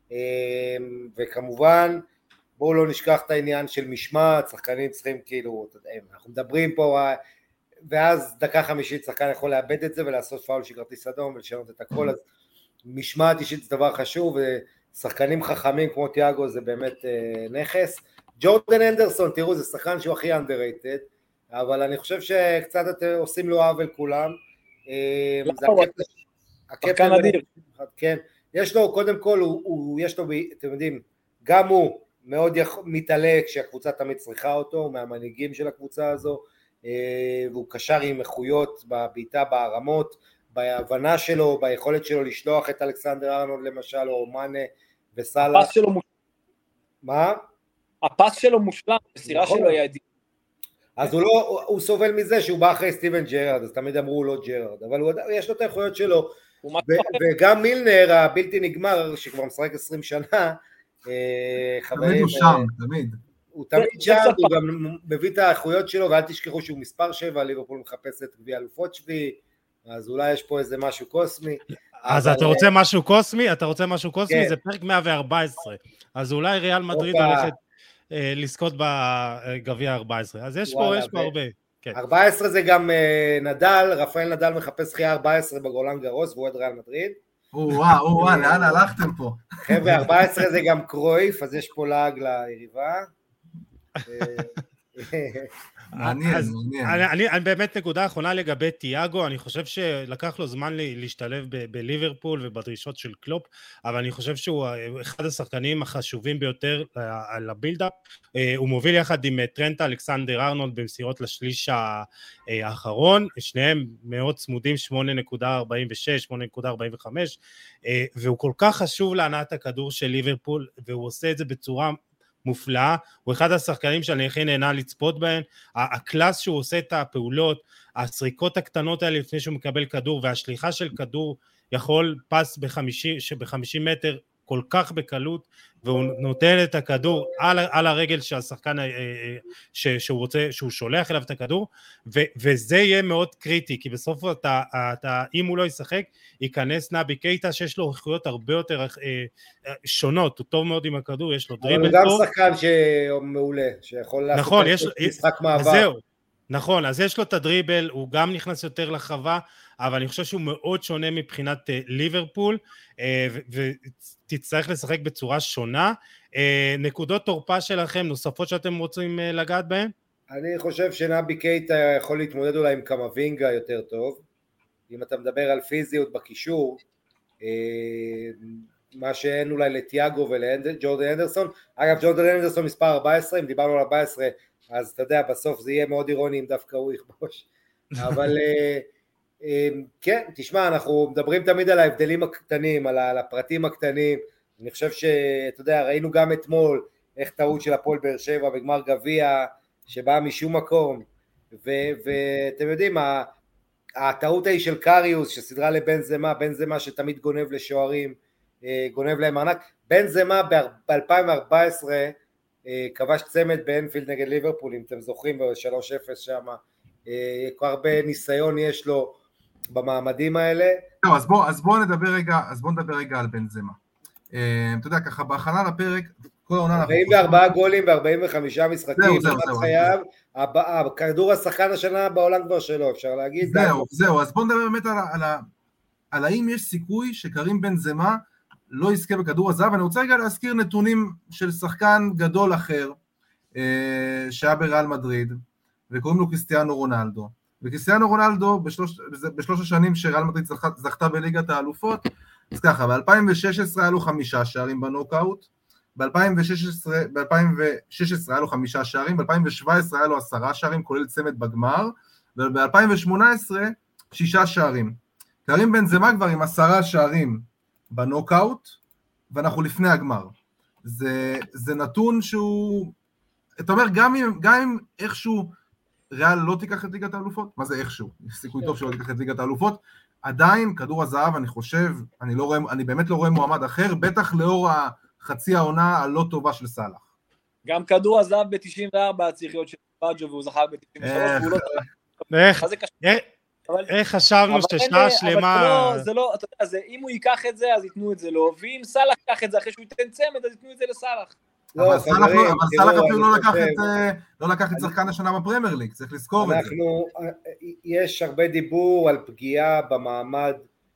Speaker 2: וכמובן, בואו לא נשכח את העניין של משמעת, שחקנים צריכים כאילו, אנחנו מדברים פה, ואז דקה 50 שחקן יכול לאבד את זה ולעשות פאול של כרטיס אדום ולשנות את הכל, אז משמעת אישית זה דבר חשוב, ושחקנים חכמים כמו תיאגו זה באמת נכס. ג'ורדן אנדרסון, תראו, זה שחקן שהוא הכי underrated, אבל אני חושב שקצת עושים לו עוול כולם.
Speaker 3: שחקן אדיר.
Speaker 2: כן, יש לו, קודם כל, יש לו, אתם יודעים, גם הוא מאוד מתעלה כשהקבוצה תמיד צריכה אותו, הוא מהמנהיגים של הקבוצה הזו, והוא קשר עם איכויות בביתה בהרמות, בהבנה שלו, ביכולת שלו לשלוח את אלכסנדר ארנולד למשל, או מאנה וסאלה.
Speaker 3: הפס שלו מושלם.
Speaker 2: מה?
Speaker 3: הפס שלו מושלם, הסירה שלו היא עדיין.
Speaker 2: אז הוא סובל מזה שהוא בא אחרי סטיבן ג'רארד, אז תמיד אמרו לו ג'רארד, אבל יש לו את האיכויות שלו, וגם מילנר הבלתי נגמר, שכבר משחק 20 שנה,
Speaker 4: תמיד הוא שם, תמיד.
Speaker 2: הוא תמיד שם, הוא גם מביא את האיכויות שלו, ואל תשכחו שהוא מספר 7, ליברפול מחפש את גביע אלופות שביעי, אז אולי יש פה איזה משהו קוסמי.
Speaker 1: אז אתה רוצה משהו קוסמי? אתה רוצה משהו קוסמי? זה פרק 114, אז אולי ריאל מדריד הולכת לזכות בגביע 14, אז יש פה הרבה.
Speaker 2: 14 זה גם נדל, רפאל נדל מחפש חייה 14 בגולן גרוס, והוא עד ריאל מדריד.
Speaker 4: וואו, לאן הלכתם פה?
Speaker 2: חבר'ה, 14 זה גם קרויף, אז יש פה לעג ליריבה.
Speaker 4: מעניין.
Speaker 1: אני באמת נקודה אחרונה לגבי תיאגו, אני חושב שלקח לו זמן להשתלב בליברפול ובדרישות של קלופ, אבל אני חושב שהוא אחד השחקנים החשובים ביותר על הבילדאפ, הוא מוביל יחד עם טרנט אלכסנדר ארנולד במסירות לשליש האחרון, שניהם מאוד צמודים 8.46, 8.45, והוא כל כך חשוב להנעת הכדור של ליברפול, והוא עושה את זה בצורה מופלאה, הוא אחד השחקנים שאני הכי נהנה לצפות בהן, הקלאס שהוא עושה את הפעולות, הסריקות הקטנות האלה לפני שהוא מקבל כדור, והשליחה של כדור יכול פס ב-50 מטר כל כך בקלות, והוא נותן את הכדור על הרגל שהשחקן שהוא רוצה, שהוא שולח אליו את הכדור, וזה יהיה מאוד קריטי, כי בסוף אם הוא לא ישחק, ייכנס נאבי קייטה שיש לו איכויות הרבה יותר שונות, הוא טוב מאוד עם הכדור, יש לו דריבל טוב.
Speaker 2: אבל הוא גם שחקן שמעולה, שיכול לעשות משחק מעבר.
Speaker 1: נכון, אז יש לו את הדריבל, הוא גם נכנס יותר לחווה, אבל אני חושב שהוא מאוד שונה מבחינת ליברפול, ותצטרך לשחק בצורה שונה. נקודות תורפה שלכם, נוספות שאתם רוצים לגעת בהן?
Speaker 2: אני חושב שנאבי קייטה יכול להתמודד אולי עם קמבינגה יותר טוב, אם אתה מדבר על פיזיות בקישור, מה שאין אולי לתיאגו ולג'ורדן אנדרסון. אגב, ג'ורדן אנדרסון מספר 14, אם דיברנו על 14, אז אתה יודע, בסוף זה יהיה מאוד אירוני אם דווקא הוא יכבוש. אבל כן, תשמע, אנחנו מדברים תמיד על ההבדלים הקטנים, על הפרטים הקטנים. אני חושב שאתה יודע, ראינו גם אתמול איך טעות של הפועל באר שבע בגמר גביע, שבאה משום מקום, ואתם יודעים, הטעות ההיא של קריוס שסדרה לבנזמה שתמיד גונב לשוערים, גונב להם ארנק. בנזמה ב-2014 כבש צמד באנפילד נגד ליברפול, אם אתם זוכרים, ב-3-0 שם, כל הרבה ניסיון יש לו במעמדים האלה.
Speaker 4: טוב, אז בואו נדבר רגע על בנזמה. אתה יודע, ככה בהכנה לפרק, כל העונה
Speaker 2: 44 גולים ב-45 משחקים, חייב, כדור השחקן השנה בעולם כבר שלו, אפשר להגיד.
Speaker 4: זהו, אז בואו נדבר באמת על האם יש סיכוי שקרים בנזמה לא יזכה בכדור הזהב. אני רוצה רגע להזכיר נתונים של שחקן גדול אחר, שהיה בריאל מדריד, וקוראים לו קריסטיאנו רונלדו. וקריסטיאנו רונלדו, בשלוש השנים שריאל מדריד זכתה בליגת האלופות, אז ככה, ב-2016 היה לו 5 שערים בנוקאוט, ב-2016 היה לו 5 שערים, ב-2017 היה לו 10 שערים, כולל צמד בגמר, וב-2018 6 שערים. קרים בנזמה כבר עם 10 שערים בנוקאוט, ואנחנו לפני הגמר. זה נתון שהוא, אתה אומר, גם אם איכשהו ריאל לא תיקח את ליגת האלופות, מה זה איכשהו? יש סיכוי טוב שלא תיקח את ליגת האלופות, עדיין כדור הזהב, אני חושב, אני באמת לא רואה מועמד אחר, בטח לאור החצי העונה הלא טובה של סלאח.
Speaker 3: גם כדור הזהב ב-94 צריך להיות של בג'ו, והוא זכר ב-93,
Speaker 1: איך חשבנו ששעה שלמה...
Speaker 3: זה לא, אתה יודע, אם הוא ייקח את זה, אז ייתנו את זה לו, ואם סלאח ייקח את זה אחרי שהוא ייתן צמד, אז ייתנו את זה לסלאח.
Speaker 4: אבל סלאח אפילו לא לקח את שחקן השנה בפרמייר ליג, צריך לזכור את זה.
Speaker 2: יש הרבה דיבור על פגיעה במעמד,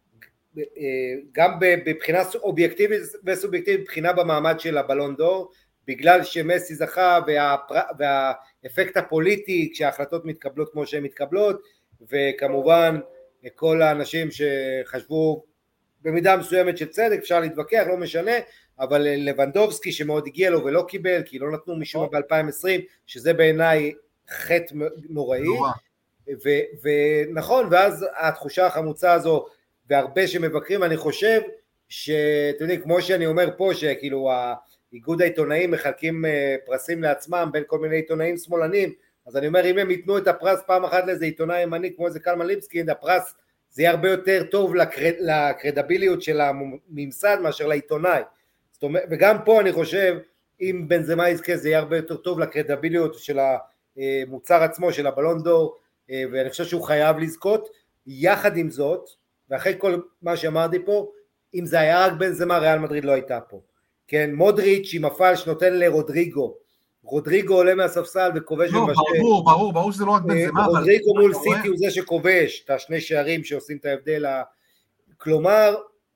Speaker 2: גם בבחינה אובייקטיבית וסובייקטיבית, בבחינה במעמד של הבלון דור, בגלל שמסי זכה והאפקט הפוליטי, כשההחלטות מתקבלות כמו שהן מתקבלות, וכמובן כל האנשים שחשבו במידה מסוימת של צדק, אפשר להתווכח, לא משנה, אבל לבנדובסקי שמאוד הגיע לו ולא קיבל, כי לא נתנו משום ב-2020, שזה בעיניי חטא נוראי, ונכון, ואז התחושה החמוצה הזו, והרבה שמבקרים, אני חושב שאתם יודעים, כמו שאני אומר פה, שכאילו האיגוד העיתונאים מחלקים פרסים לעצמם, בין כל מיני עיתונאים שמאלנים, אז אני אומר, אם הם ייתנו את הפרס פעם אחת לאיזה עיתונאי ימני, כמו איזה קלמן ליבסקינד, הפרס זה יהיה הרבה יותר טוב לקרדיביליות של הממסד מאשר לעיתונאי. זאת אומרת, וגם פה אני חושב, אם בנזמה יזכה, זה יהיה הרבה יותר טוב לקרדיביליות של המוצר עצמו, של הבלון דור, ואני חושב שהוא חייב לזכות. יחד עם זאת, ואחרי כל מה שאמרתי פה, אם זה היה רק בנזמה, ריאל מדריד לא הייתה פה. כן, מודריץ' עם הפעל שנותן לרודריגו, רודריגו עולה מהספסל וכובש
Speaker 4: ברור שזה לא רק בנזמה,
Speaker 2: רודריגו מול סיטי הוא זה שכובש את השני שערים שעושים את ההבדל, כלומר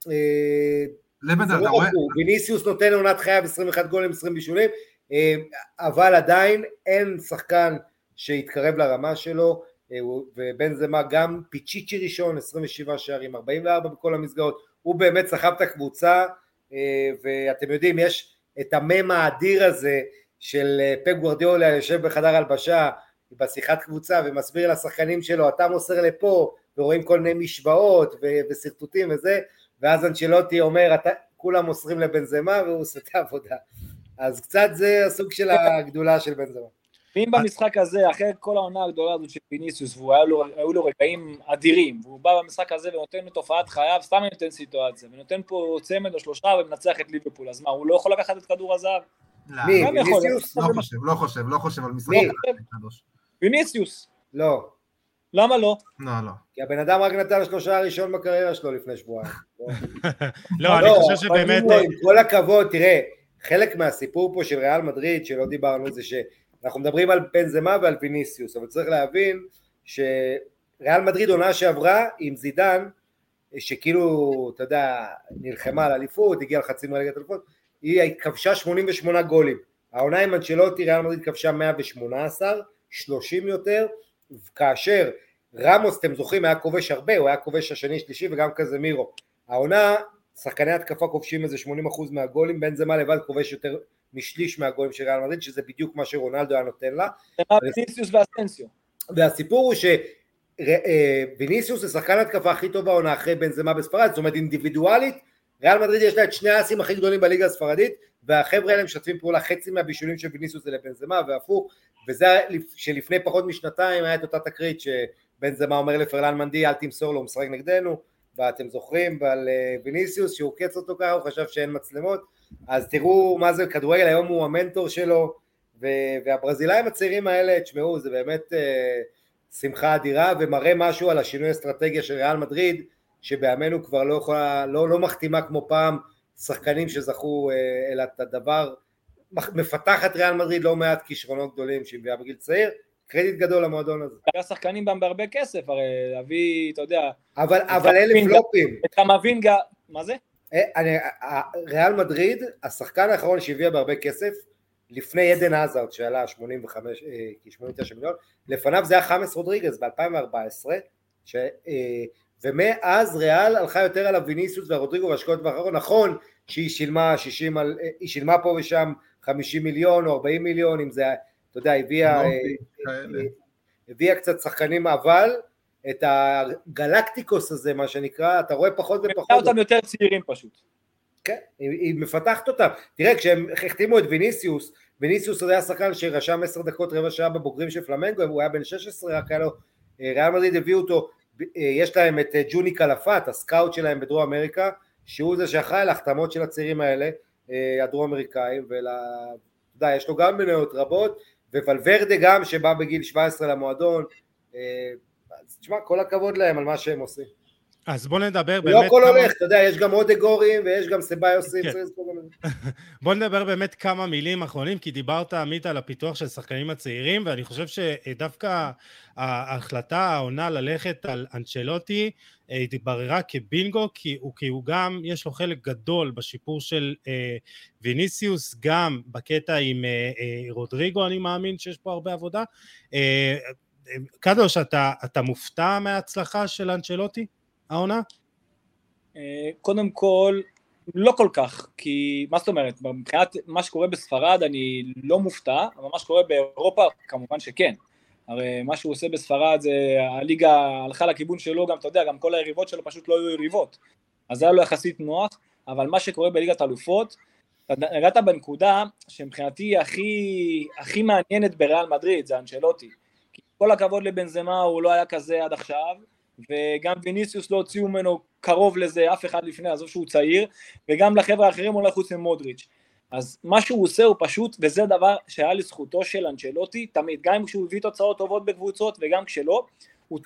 Speaker 2: ויניסיוס נותן עונת חייו 21 גולים 20 בישולים, אבל עדיין אין שחקן שיתקרב לרמה שלו, ובנזמה גם פיצ'יצ'י ראשון, 27 שערים, 44 בכל המסגרות, הוא באמת סחב את הקבוצה, ואתם יודעים, יש את המם האדיר הזה של פפ גוארדיולה יושב בחדר הלבשה בשיחת קבוצה ומסביר לשחקנים שלו, אתה מוסר לפה, ורואים כל מיני משוואות וסרטוטים וזה, ואז אנצ'לוטי אומר, כולם מוסרים לבנזמה והוא עושה את העבודה. אז קצת זה הסוג של הגדולה של בנזמה.
Speaker 3: ואם במשחק הזה, אחרי כל העונה הגדולה הזאת של ויניסיוס, והיו לו רגעים אדירים, והוא בא במשחק הזה ונותן לו תופעת חייו, סתם נותן סיטואציה, ונותן פה צמד או 3 ומנצח את ליברפול, אז מה, הוא לא יכול לקחת את כדור הזהב?
Speaker 2: מי? ויניסיוס?
Speaker 4: לא חושב על משחק.
Speaker 3: ויניסיוס.
Speaker 2: לא.
Speaker 3: למה לא?
Speaker 4: לא.
Speaker 2: כי הבן אדם רק נתן 3 הראשון בקריירה שלו לפני שבועיים.
Speaker 1: לא, אני חושב שבאמת...
Speaker 2: עם כל הכבוד, תראה, חלק מהסיפור פה של ריאל מדריד, שלא דיברנו, זה שאנחנו מדברים על בנזמה ועל ויניסיוס, אבל צריך להבין שריאל מדריד עונה שעברה עם זידן, שכאילו, אתה יודע, נלחמה על אליפות, הגיעה לחצי מליגת אליפות, היא כבשה 88 גולים. העונה עם אנצ'לוטי, ריאל מדריד כבשה 118, 30 יותר, כאשר רמוס, אתם זוכרים, היה כובש הרבה, הוא היה כובש השני, שלישי, וגם קזמירו. העונה, שחקני התקפה כובשים איזה 80% מהגולים, בנזמה לבד כובש יותר משליש מהגולים של ריאל מדריד, שזה בדיוק מה שרונלדו היה נותן לה.
Speaker 3: ויניסיוס ואסנסיו.
Speaker 2: והסיפור הוא שוויניסיוס זה שחקן התקפה הכי טוב בעונה אחרי בנזמה בספרד, זאת אומרת אינדיבידואלית, ריאל מדריד יש לה את 2 האסים הכי גדולים בליגה הספרדית, והחבר'ה האלה משתפים פעולה, חצי מהבישולים של ויניסיוס זה לבנזמה והפוך, וזה שלפני פחות משנתיים היה את אותה תקרית שבנזמה אומר לפרלן מנדי אל תמסור לו, הוא משחק נגדנו, ואתם זוכרים, ועל ויניסיוס שהוא קץ אותו ככה, הוא חשב שאין מצלמות, אז תראו מה זה כדורגל, היום הוא המנטור שלו, והברזילאים הצעירים האלה, תשמעו, זה באמת שמחה אדירה, ומראה משהו על השינוי אסטרטגיה של ריאל מדריד, שבימינו כבר לא יכולה, לא מחתימה כמו פעם, שחקנים שזכו אלא את הדבר, מפתחת ריאל מדריד לא מעט כישרונות גדולים שהיא מביאה בגיל צעיר, קרדיט גדול למועדון הזה.
Speaker 3: היה שחקנים בהרבה כסף, הרי להביא, אתה יודע...
Speaker 2: אבל אלה פלופים.
Speaker 3: את קמבינגה, מה זה?
Speaker 2: ריאל מדריד, השחקן האחרון שהביאה בהרבה כסף, לפני עדן עזארד שעלה 89 מיליון, לפניו זה היה חמאס רודריגז ב-2014, ומאז ריאל הלכה יותר על הוויניסיוס והרודריגו והשקעות ואחרון, נכון שהיא שילמה פה ושם 50 מיליון או 40 מיליון, אם זה, אתה יודע, הביאה קצת שחקנים, אבל את הגלקטיקוס הזה, מה שנקרא, אתה רואה פחות ופחות.
Speaker 3: מפתחת אותם יותר צעירים פשוט.
Speaker 2: כן, היא מפתחת אותם. תראה, כשהם החתימו את ויניסיוס, ויניסיוס היה שחקן שרשם 10 דקות רבע שעה בבוגרים של פלמנגו, הוא היה בן 16, רק היה לו, ריאל מדריד הביאו אותו, יש להם את ג'וני קלפת, הסקאוט שלהם בדרום אמריקה, שהוא זה שאחראי על ההחתמות של הצעירים האלה, הדרום אמריקאים, יש לו גם מניות רבות, ווולברדה גם שבא בגיל 17 למועדון, אז תשמע, כל הכבוד להם על מה שהם עושים.
Speaker 1: אז בוא נדבר
Speaker 2: באמת... לא הכל הולך, אתה יודע, יש גם אודגורים ויש גם סביוסים.
Speaker 1: בוא נדבר באמת כמה מילים אחרונים, כי דיברת עמית על הפיתוח של שחקנים הצעירים, ואני חושב שדווקא ההחלטה העונה ללכת על אנצ'לוטי, היא התבררה כבינגו, כי הוא גם, יש לו חלק גדול בשיפור של ויניסיוס, גם בקטע עם רודריגו, אני מאמין שיש פה הרבה עבודה. קדוש, אתה מופתע מההצלחה של אנצ'לוטי? העונה?
Speaker 3: קודם כל, לא כל כך, כי מה זאת אומרת, מבחינת מה שקורה בספרד אני לא מופתע, אבל מה שקורה באירופה כמובן שכן, הרי מה שהוא עושה בספרד זה, הליגה הלכה לכיוון שלו, גם אתה יודע, גם כל היריבות שלו פשוט לא היו יריבות, אז זה היה לו יחסית נוח, אבל מה שקורה בליגת האלופות, הגעת בנקודה שמבחינתי הכי מעניינת בריאל מדריד, זה אנצ'לוטי, כי כל הכבוד לבנזמה הוא לא היה כזה עד עכשיו, וגם ויניסיוס לא הוציאו ממנו קרוב לזה אף אחד לפני, עזוב שהוא צעיר, וגם לחבר'ה האחרים הוא לא חוץ ממודריץ'. אז מה שהוא עושה הוא פשוט, וזה דבר שהיה לזכותו של אנצ'לוטי, תמיד, גם כשהוא הביא תוצאות טובות בקבוצות, וגם כשלא, הוא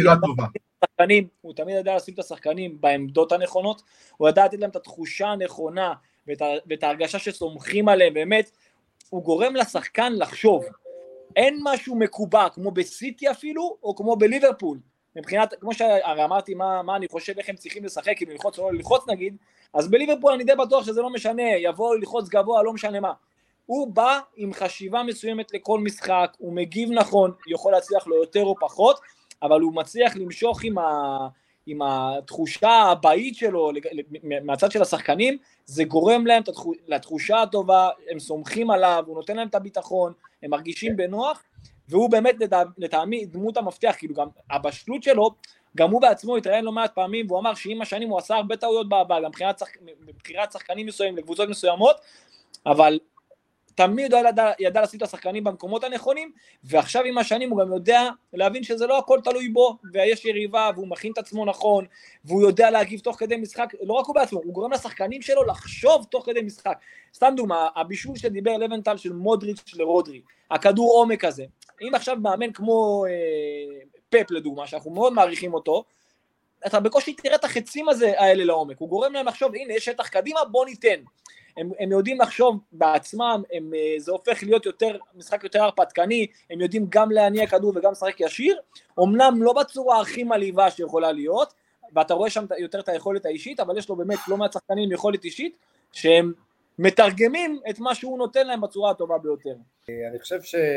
Speaker 3: תמיד ידע לשים את השחקנים בעמדות הנכונות, הוא ידע לתת להם את התחושה הנכונה, ואת ההרגשה שסומכים עליהם, באמת, הוא גורם לשחקן לחשוב, אין משהו מקובע, כמו בסיטי אפילו, או כמו בליברפול, מבחינת, כמו שאמרתי, מה אני חושב איך הם צריכים לשחק, אם ללחוץ או לא ללחוץ נגיד, אז בליברפול אני די בטוח שזה לא משנה, יבוא ללחוץ גבוה, לא משנה מה. הוא בא עם חשיבה מסוימת לכל משחק, הוא מגיב נכון, יכול להצליח לו יותר או פחות, אבל הוא מצליח למשוך עם התחושה הבאית שלו מהצד של השחקנים, זה גורם להם לתחושה הטובה, הם סומכים עליו, הוא נותן להם את הביטחון, הם מרגישים בנוח, והוא באמת לטעמי דמות המפתח, כאילו גם הבשלות שלו, גם הוא בעצמו התראיין לא מעט פעמים, והוא אמר שעם השנים הוא עשה הרבה טעויות בעבר, גם מבחירת שחקנים מסוימים לקבוצות מסוימות, אבל תמיד הוא ידע לשים את השחקנים במקומות הנכונים, ועכשיו עם השנים הוא גם יודע להבין שזה לא הכל תלוי בו, ויש יריבה, והוא מכין את עצמו נכון, והוא יודע להגיב תוך כדי משחק, לא רק הוא בעצמו, הוא גורם לשחקנים שלו לחשוב תוך כדי משחק. סתם דוגמה, הבישול שדיבר לבנטל של מודריץ' לרודרי, הכדור עומק הזה, אם עכשיו מאמן כמו פפ לדוגמה, שאנחנו מאוד מעריכים אותו, אתה בקושי תראה את החצים האלה לעומק, הוא גורם להם לחשוב, הנה יש שטח קדימה, בוא ניתן. הם יודעים לחשוב בעצמם, זה הופך להיות משחק יותר הרפתקני, הם יודעים גם להניע כדור וגם לשחק ישיר, אמנם לא בצורה הכי מלאיבה שיכולה להיות, ואתה רואה שם יותר את היכולת האישית, אבל יש לו באמת לא מעט שחקנים עם יכולת אישית, שהם מתרגמים את מה שהוא נותן להם בצורה הטובה ביותר.
Speaker 2: אני חושב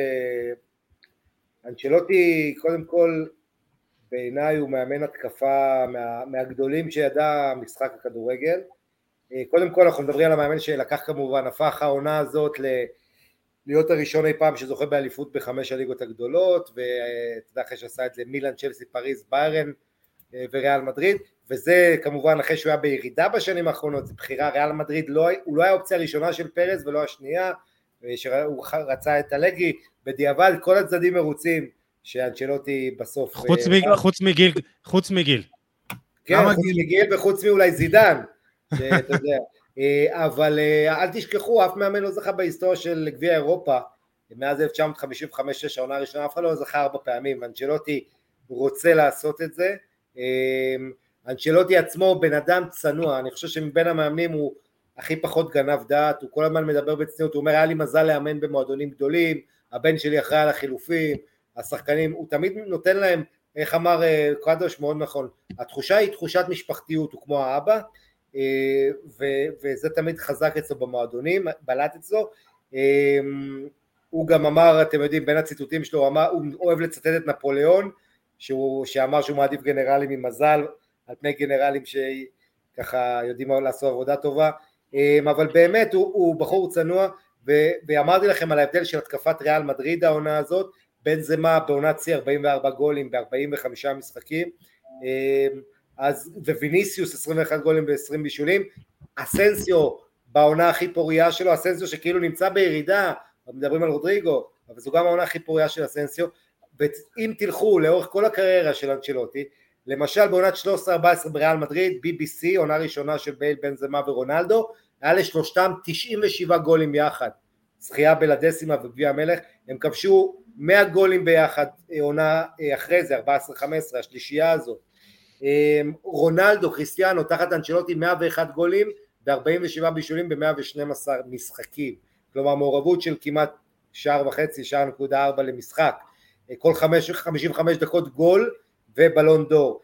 Speaker 2: שאנצ'לוטי קודם כל בעיניי הוא מאמן התקפה מהגדולים שידע משחק הכדורגל. קודם כל אנחנו מדברים על המאמן שלקח כמובן, הפך העונה הזאת להיות הראשון אי פעם שזוכה באליפות ב5 הליגות הגדולות, ואתה יודע אחרי שעשה את זה מילאן, צ'לסי, פריז, ביירן וריאל מדריד, וזה כמובן אחרי שהוא היה בירידה בשנים האחרונות, זה בחירה, ריאל מדריד הוא לא היה האופציה הראשונה של פרז ולא השנייה, שהוא רצה את אלגרי, בדיעבד כל הצדדים מרוצים שאנצ'לוטי בסוף...
Speaker 1: חוץ מגיל.
Speaker 2: כן, חוץ מגיל וחוץ מאולי זידן, שאתה יודע, אבל אל תשכחו, אף מאמן לא זכה בהיסטוריה של גביע אירופה, מאז 1955-6, העונה הראשונה, אף אחד לא זכה 4 פעמים, אנצ'לוטי רוצה לעשות את זה, אנצ'לוטי עצמו בן אדם צנוע, אני חושב שמבין המאמנים הוא הכי פחות גנב דעת, הוא כל הזמן מדבר בצניעות, הוא אומר, היה לי מזל לאמן במועדונים גדולים, הבן שלי אחראי על החילופים, השחקנים, הוא תמיד נותן להם, איך אמר קרדוש מאוד נכון, התחושה היא תחושת משפחתיות, הוא כמו האבא, וזה תמיד חזק אצלו במועדונים, בלט אצלו, הוא גם אמר, אתם יודעים, בין הציטוטים שלו, הוא אוהב לצטט את נפוליאון, שאמר שהוא מעדיף גנרלים עם מזל, על פני גנרלים שככה יודעים לעשות עבודה טובה, אבל באמת הוא בחור צנוע, ואמרתי לכם על ההבדל של התקפת ריאל מדריד העונה הזאת, בנזמה בעונת צי 44 גולים ב-45 משחקים, וויניסיוס 21 גולים ב-20 בישולים, אסנסיו בעונה הכי פוריה שלו, אסנסיו שכאילו נמצא בירידה, מדברים על רודריגו, אבל זו גם העונה הכי פוריה של אסנסיו, ואם תלכו לאורך כל הקריירה של אנצ'לוטי, למשל בעונת 13-14 בריאל מדריד, BBC, עונה ראשונה של בייל, בנזמה ורונלדו, היה לשלושתם 97 גולים יחד, זכייה בלדסימה וגביע המלך, הם כבשו 100 גולים ביחד, עונה אחרי זה, 14-15, השלישייה הזאת, רונלדו, קריסטיאנו, תחת אנצ'לוטי 101 גולים, ב-47 בישולים ב-112 משחקים, כלומר מעורבות של כמעט שער וחצי, שער נקודה 4 למשחק, כל 55 דקות גול ובלון דור.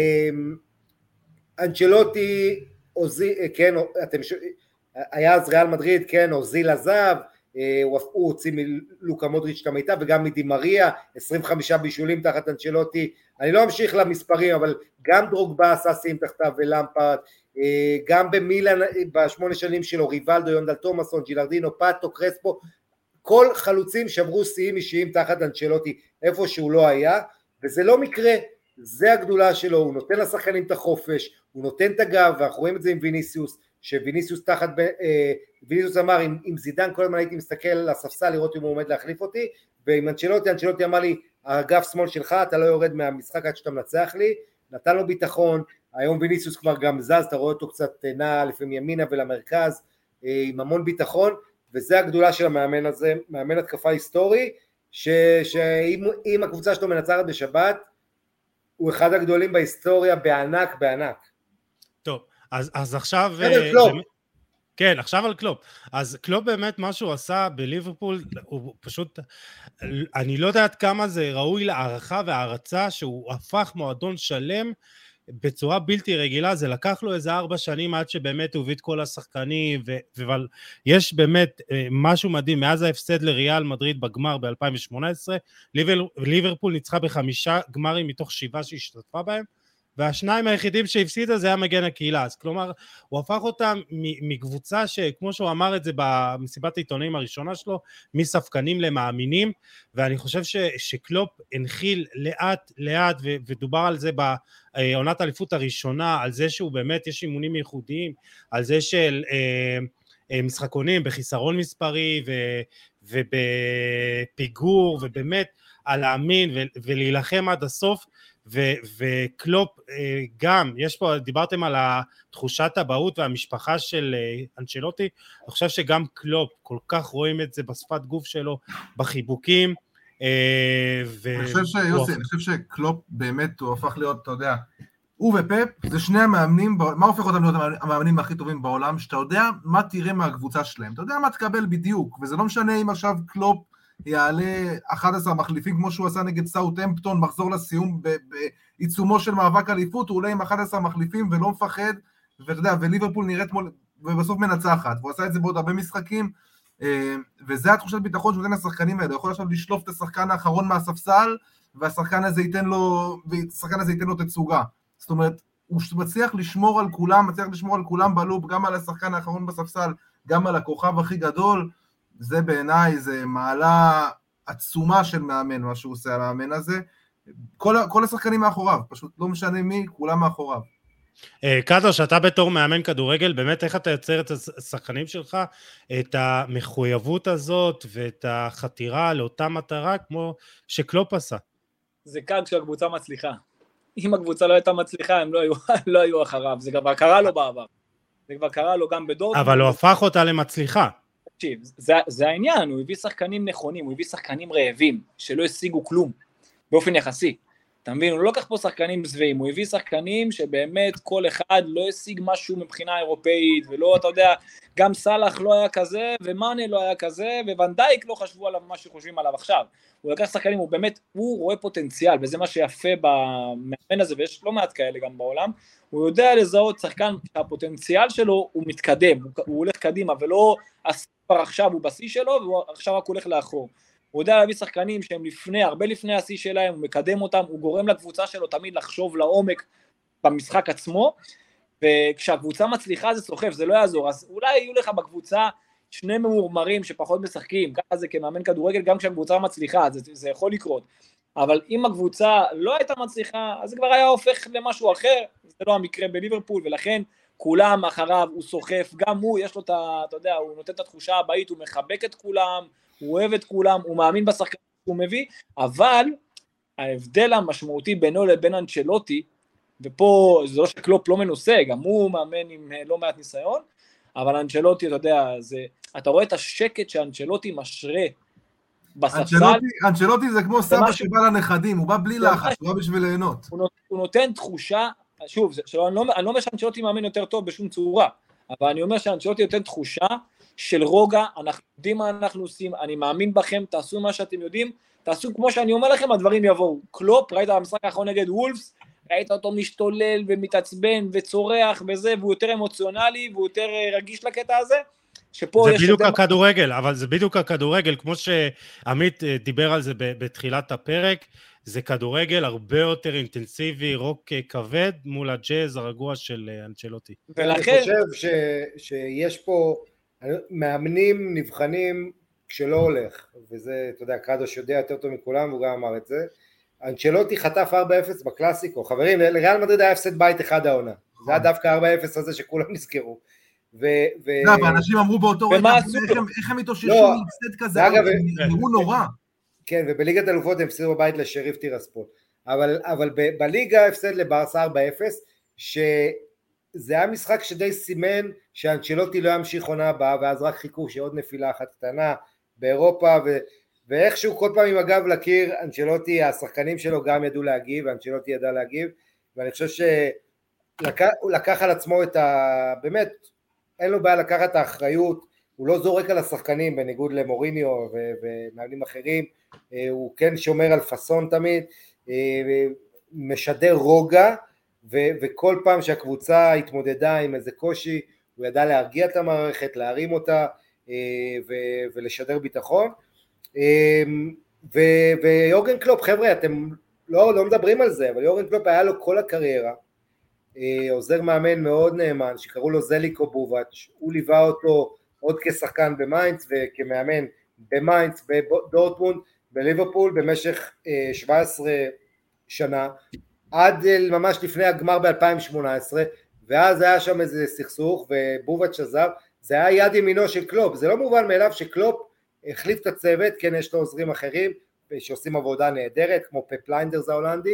Speaker 2: אנצ'לוטי, כן, היה אז ריאל מדריד, כן, אוזיל עזב, הוא הוציא מלוקה מודריץ' את המיטה וגם מדימריה, 25 בישולים תחת אנצ'לוטי, אני לא אמשיך למספרים, אבל גם דרוגבה עשה סיים תחתיו ולמפרד, גם במילאן ב8 שנים שלו, ריבלדו, יונדל תומאסון, ג'ילרדינו, פאטו, קרספו, כל חלוצים שברו שיאים אישיים תחת אנצ'לוטי איפה שהוא לא היה, וזה לא מקרה, זה הגדולה שלו, הוא נותן לשחקנים את החופש, הוא נותן את הגב, ואנחנו רואים את זה עם ויניסיוס, שוויניסיוס תחת, ויניסיוס אמר, עם זידן כל הזמן הייתי מסתכל לספסל לראות אם הוא עומד להחליף אותי, ועם אנצ'לוטי אמר לי, הגב שמאל שלך, אתה לא יורד מהמשחק עד שאתה מנצח לי, נתן לו ביטחון, היום ויניסיוס כבר גם זז, אתה רואה אותו קצת נע לפעמים ימינה ולמרכז, עם המון ביטחון, וזה הגדולה של המאמן הזה, מאמן התקפה היסטורי, שאם הקבוצה שלו מנצחת בשבת, הוא אחד הגדולים בהיסטוריה בענק.
Speaker 1: טוב, אז עכשיו... כן, עכשיו על קלופ. אז קלופ באמת מה שהוא עשה בליברפול, הוא פשוט, אני לא יודעת כמה זה ראוי להערכה והערצה, שהוא הפך מועדון שלם בצורה בלתי רגילה, זה לקח לו איזה 4 שנים עד שבאמת הוא הביא את כל השחקנים, אבל יש באמת משהו מדהים, מאז ההפסד לריאל מדריד בגמר ב-2018, ליברפול ניצחה ב5 גמרים מתוך 7 שהשתתפה בהם, והשניים היחידים שהפסידה זה היה מגן הקהילה, אז כלומר הוא הפך אותם מקבוצה שכמו שהוא אמר את זה במסיבת העיתונאים הראשונה שלו, מספקנים למאמינים, ואני חושב שקלופ הנחיל לאט ודובר על זה בעונת האליפות הראשונה, על זה שהוא באמת יש אימונים ייחודיים, על זה של משחקונים בחיסרון מספרי ובפיגור, ובאמת על להאמין ולהילחם עד הסוף, וקלופ גם, יש פה, דיברתם על תחושת הבאות והמשפחה של אנצ'לוטי, אני חושב שגם קלופ, כל כך רואים את זה בשפת גוף שלו, בחיבוקים,
Speaker 4: אני חושב שקלופ באמת הוא הפך להיות, אתה יודע, הוא ופפ, זה שני המאמנים, מה הופך אותם להיות המאמנים הכי טובים בעולם, שאתה יודע מה תראה מהקבוצה שלהם, אתה יודע מה תקבל בדיוק, וזה לא משנה אם עכשיו קלופ יעלה 11 מחליפים, כמו שהוא עשה נגד סאות'המפטון, מחזור לסיום בעיצומו של מאבק אליפות, הוא עולה עם 11 מחליפים ולא מפחד, ואתה יודע, וליברפול נראית ובסוף מנצחת, והוא עשה את זה בעוד הרבה משחקים, וזה התחושת ביטחון שנותן לשחקנים האלה, הוא יכול עכשיו לשלוף את השחקן האחרון מהספסל, והשחקן הזה ייתן לו תצוגה, זאת אומרת, הוא מצליח לשמור על כולם, בלופ, גם על השחקן האחרון בספסל, גם על הכוכב הכי גדול, זה בעיניי, זה מעלה עצומה של מאמן, מה שהוא עושה, המאמן הזה, כל השחקנים מאחוריו, פשוט לא משנה מי, כולם מאחוריו.
Speaker 1: קדוש, אתה בתור מאמן כדורגל, באמת איך אתה יוצר את השחקנים שלך, את המחויבות הזאת, ואת החתירה לאותה מטרה, כמו שקלופ עשה?
Speaker 3: זה קל כשהקבוצה מצליחה. אם הקבוצה לא הייתה מצליחה, הם לא היו אחריו, זה כבר קרה לו בעבר. זה כבר קרה לו גם בדורטמונד.
Speaker 1: אבל הוא הפך אותה למצליחה.
Speaker 3: תקשיב, זה העניין, הוא הביא שחקנים נכונים, הוא הביא שחקנים רעבים, שלא השיגו כלום, באופן יחסי. אתה מבין, הוא לא לקח פה שחקנים זווים, הוא הביא שחקנים שבאמת כל אחד לא השיג משהו מבחינה אירופאית, ולא, אתה יודע, גם סלאח לא היה כזה, ומאנה לא היה כזה, וונדייק לא חשבו עליו מה שחושבים עליו עכשיו. הוא לקח שחקנים, הוא באמת, הוא רואה פוטנציאל, וזה מה שיפה במאמן הזה, ויש לא מעט כאלה גם בעולם, הוא יודע לזהות שחקן, שהפוטנציאל שלו הוא מתקדם, הוא הולך קדימה, ולא הספר עכשיו הוא בשיא שלו, ועכשיו רק הולך לאחור. הוא יודע להביא שחקנים שהם הרבה לפני השיא שלהם, הוא מקדם אותם, הוא גורם לקבוצה שלו תמיד לחשוב לעומק במשחק עצמו, וכשהקבוצה מצליחה זה סוחף, זה לא יעזור, אז אולי יהיו לך בקבוצה שני ממורמרים שפחות משחקים, ככה זה כמאמן כדורגל, גם כשהקבוצה מצליחה, זה יכול לקרות, אבל אם הקבוצה לא הייתה מצליחה, אז זה כבר היה הופך למשהו אחר, זה לא המקרה בליברפול, ולכן כולם אחריו, הוא סוחף, גם הוא, יש לו אתה יודע, הוא נותן את התחושה הבאית, הוא מחבק את כולם, הוא אוהב את כולם, הוא מאמין בשחקן שהוא מביא, אבל ההבדל המשמעותי בינו לבין אנצ'לוטי, ופה זה לא שקלופ לא מנוסה, גם הוא מאמן עם לא מעט ניסיון, אבל אנצ'לוטי, אתה יודע, אתה רואה את השקט שאנצ'לוטי משרה בספסל.
Speaker 4: אנצ'לוטי זה כמו סבא שבא לנכדים, הוא בא בלי לחץ, הוא בא בשביל ליהנות.
Speaker 3: הוא נותן תחושה, שוב, אני לא אומר שאנצ'לוטי מאמן יותר טוב בשום צורה, אבל אני אומר שאנצ'לוטי נותן תחושה של רוגע, אנחנו יודעים מה אנחנו עושים, אני מאמין בכם, תעשו מה שאתם יודעים, תעשו כמו שאני אומר לכם, הדברים יבואו. קלופ, ראית במשחק האחרון נגד וולפס, ראית אותו משתולל ומתעצבן וצורח וזה, והוא יותר אמוציונלי, והוא יותר רגיש לקטע הזה, שפה
Speaker 1: זה בדיוק הכדורגל, אבל זה בדיוק הכדורגל, כמו שעמית דיבר על זה בתחילת הפרק, זה כדורגל הרבה יותר אינטנסיבי, רוק כבד, מול הג'אז הרגוע של אנצ'לוטי.
Speaker 2: ולכן... אני חושב שיש פה מאמנים נבחנים כשלא הולך, וזה, אתה יודע, קרדוש יודע יותר טוב מכולם, והוא גם אמר את זה. אנצ'לוטי חטף 4-0 בקלאסיקו, חברים, לריאל מדריד היה הפסד בית אחד העונה, זה היה דווקא 4-0 הזה שכולם נזכרו.
Speaker 4: ואנשים אמרו באותו רגע, איך הם התאוששו מהפסד כזה, נראו נורא.
Speaker 2: כן, ובליגת אלופות הם הפסידו בבית לשריף טירספול, אבל בליגה הפסד לברסה 4-0, שזה היה משחק שדי סימן שאנצ'לוטי לא ימשיך עונה הבאה, ואז רק חיכו שעוד נפילה אחת קטנה באירופה, ואיכשהו כל פעם עם הגב לקיר, אנצ'לוטי, השחקנים שלו גם ידעו להגיב, ואנצ'לוטי ידע להגיב, ואני חושב שהוא לקח על עצמו באמת, אין לו בעיה לקחת את האחריות, הוא לא זורק על השחקנים בניגוד למוריניו ומאמנים אחרים, הוא כן שומר על פאסון תמיד, משדר רוגע, וכל פעם שהקבוצה התמודדה עם איזה קושי, הוא ידע להרגיע את המערכת, להרים אותה ולשדר ביטחון. ויורגן קלופ, חבר'ה, אתם לא מדברים על זה, אבל יורגן קלופ היה לו כל הקריירה, עוזר מאמן מאוד נאמן, שקראו לו זליקו בובץ', הוא ליווה אותו עוד כשחקן במיינץ וכמאמן במיינץ, בדורטמונד, בליברפול, במשך 17 שנה, עד ממש לפני הגמר ב-2018, ואז היה שם איזה סכסוך, ובובץ' עזב, זה היה יד ימינו של קלופ, זה לא מובן מאליו שקלופ החליף את הצוות, כן יש לו עוזרים אחרים, שעושים עבודה נהדרת, כמו פפ ליינדרס ההולנדי,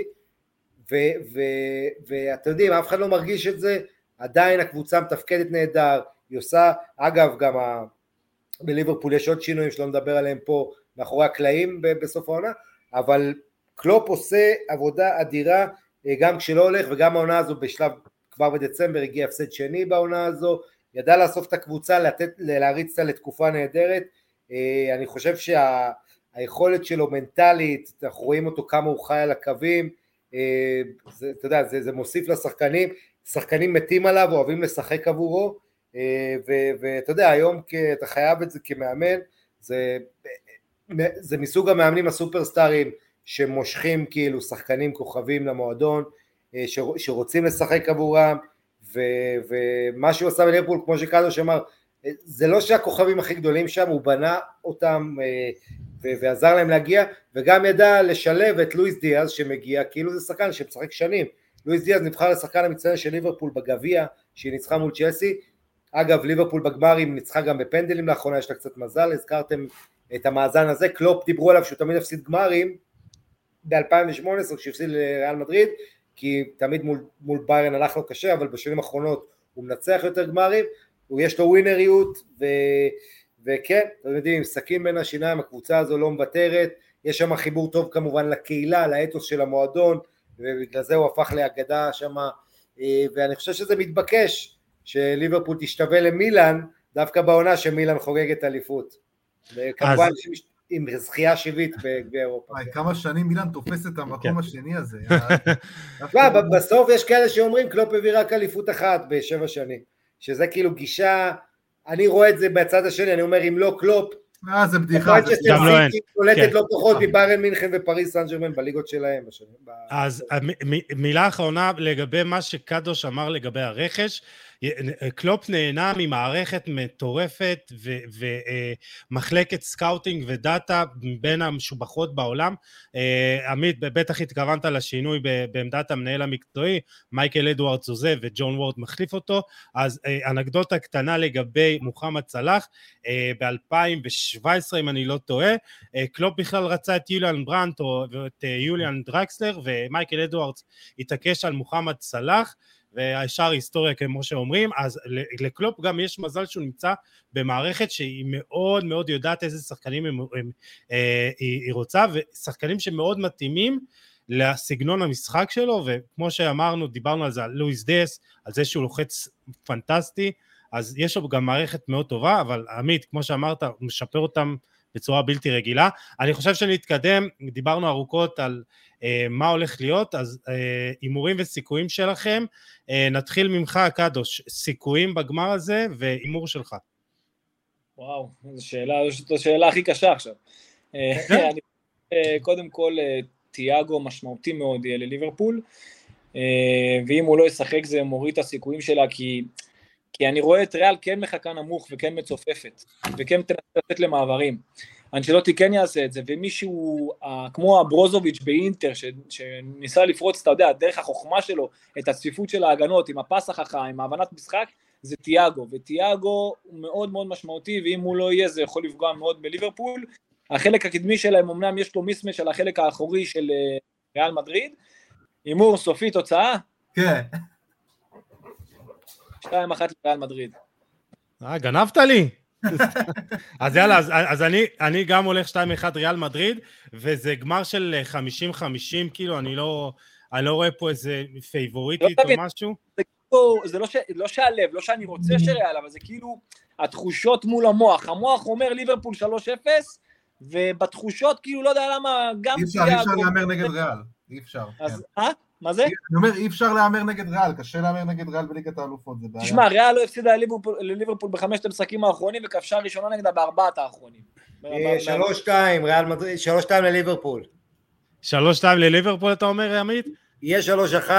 Speaker 2: ואתם יודעים, אף אחד לא מרגיש את זה, עדיין הקבוצה מתפקדת נהדר, היא עושה, אגב גם בליברפול יש עוד שינויים שלא נדבר עליהם פה, מאחורי הקלעים בסוף העונה, אבל קלופ עושה עבודה אדירה, גם כשלא הולך, וגם העונה הזו בשלב, כבר בדצמבר הגיע הפסד שני בעונה הזו, ידע לאסוף את הקבוצה, להריץ אותה לתקופה נהדרת, אני חושב שהיכולת שלו מנטלית, אנחנו רואים אותו כמה הוא חי על הקווים, אתה יודע, זה מוסיף לשחקנים, שחקנים מתים עליו, אוהבים לשחק עבורו, ואתה יודע, היום אתה חייב את זה כמאמן, זה מסוג המאמנים הסופרסטארים, שמושכים כאילו שחקנים כוכבים למועדון, שרוצים לשחק עבורם, ומה שהוא עשה בליברפול, כמו שקדוש אמר, זה לא שהכוכבים הכי גדולים שם, הוא בנה אותם ועזר להם להגיע, וגם ידע לשלב את לואיס דיאז שמגיע, כאילו זה שחקן שמשחק שנים, לואיס דיאז נבחר לשחקן המצטיין של ליברפול בגביע, שהיא ניצחה מול צ'לסי, אגב ליברפול בגמרים ניצחה גם בפנדלים לאחרונה, יש לה קצת מזל, הזכרתם את המאזן הזה, קלופ דיברו עליו שהוא תמיד הפסיד גמרים, ב-2018 כשהפסיד לריאל מדריד, כי תמיד מול ביירן הלך לו קשה, אבל בשנים האחרונות הוא מנצח יותר גמרים, יש לו ווינריות, וכן, אתם יודעים, סכין בין השיניים, הקבוצה הזו לא מוותרת, יש שם חיבור טוב כמובן לקהילה, לאתוס של המועדון, ובגלל זה הוא הפך להגדה שם, ואני חושב שזה מתבקש, שליברפול תשתווה למילאן, דווקא בעונה שמילאן חוגגת אליפות, וכמובן עם זכייה שווית באירופה.
Speaker 4: כמה שנים מילאן תופס את המקום השני הזה.
Speaker 2: בסוף יש כאלה שאומרים, קלופ הביא רק אליפות אחת ב7 שנים, שזה כאילו גישה, אני רואה את זה בצד השני, אני אומר, אם לא קלופ,
Speaker 4: זה בדיחה.
Speaker 2: גם לא אין. קולטת לא פחות מביירן מינכן ופריז סן ז'רמן בליגות שלהם.
Speaker 1: אז מילה אחרונה לגבי מה שקדוש אמר לגבי הרכש, קלופ נהנה ממערכת מטורפת ומחלקת סקאוטינג ודאטה בין המשובחות בעולם. עמית, בטח התכוונת לשינוי בעמדת המנהל המקצועי, מייקל אדוארדס עוזב וג'ון וורד מחליף אותו, אז אנקדוטה קטנה לגבי מוחמד סלאח, ב-2017 אם אני לא טועה, קלופ בכלל רצה את יוליאן ברנט ואת יוליאן דרקסלר, ומייקל אדוארדס התעקש על מוחמד סלאח, והישר היסטוריה כמו שאומרים, אז לקלופ גם יש מזל שהוא נמצא במערכת שהיא מאוד מאוד יודעת איזה שחקנים היא רוצה, ושחקנים שמאוד מתאימים לסגנון המשחק שלו, וכמו שאמרנו, דיברנו על זה, על לואיס דיאס, על זה שהוא לוחץ פנטסטי, אז יש לו גם מערכת מאוד טובה, אבל עמית, כמו שאמרת, הוא משפר אותם בצורה בלתי רגילה. אני חושב שנתקדם, דיברנו ארוכות על מה הולך להיות, אז הימורים וסיכויים שלכם, נתחיל ממך קדוש, סיכויים בגמר הזה והימור שלך.
Speaker 3: וואו, זו שאלה הכי קשה עכשיו. קודם כל, תיאגו משמעותי מאוד לליברפול, ואם הוא לא ישחק זה מוריד את הסיכויים שלה, כי אני רואה את ריאל כן מחכה נמוך וכן מצופפת, וכן תנסה למעברים. אנצ'לוטי כן יעשה את זה, ומישהו כמו הברוזוביץ' באינטר, שניסה לפרוץ, אתה יודע, דרך החוכמה שלו, את הצפיפות של ההגנות, עם הפס החכם, עם ההבנת משחק, זה תיאגו, ותיאגו הוא מאוד מאוד משמעותי, ואם הוא לא יהיה זה יכול לפגוע מאוד בליברפול. החלק הקדמי שלהם, אמנם יש לו מיסמץ' על החלק האחורי של ריאל מדריד. הימור סופי תוצאה?
Speaker 4: כן.
Speaker 3: 2-1 לריאל מדריד.
Speaker 1: גנבת לי. אז יאללה, אז אני גם הולך 2-1 ריאל מדריד, וזה גמר של 50-50, כאילו אני לא רואה פה איזה פייבוריטית או משהו.
Speaker 3: זה לא שהלב, לא שאני רוצה שריאל, אבל זה כאילו התחושות מול המוח. המוח אומר ליברפול 3-0, ובתחושות כאילו לא יודע למה גם...
Speaker 4: אי אפשר להאמר נגד ריאל, אי אפשר.
Speaker 3: אז מה זה?
Speaker 4: אני אומר, אי אפשר להאמר נגד ריאל, קשה להאמר נגד ריאל בליגת האלופות, זה בעיה.
Speaker 3: תשמע, ריאל לא הפסידה לליברפול ב5 המשחקים האחרונים, וכבשה ראשונה נגדה ב4 האחרונים.
Speaker 2: 3-2, ריאל מדריד, 3-2 לליברפול.
Speaker 1: 3-2 לליברפול, אתה אומר, עמית?
Speaker 2: יהיה 3-1,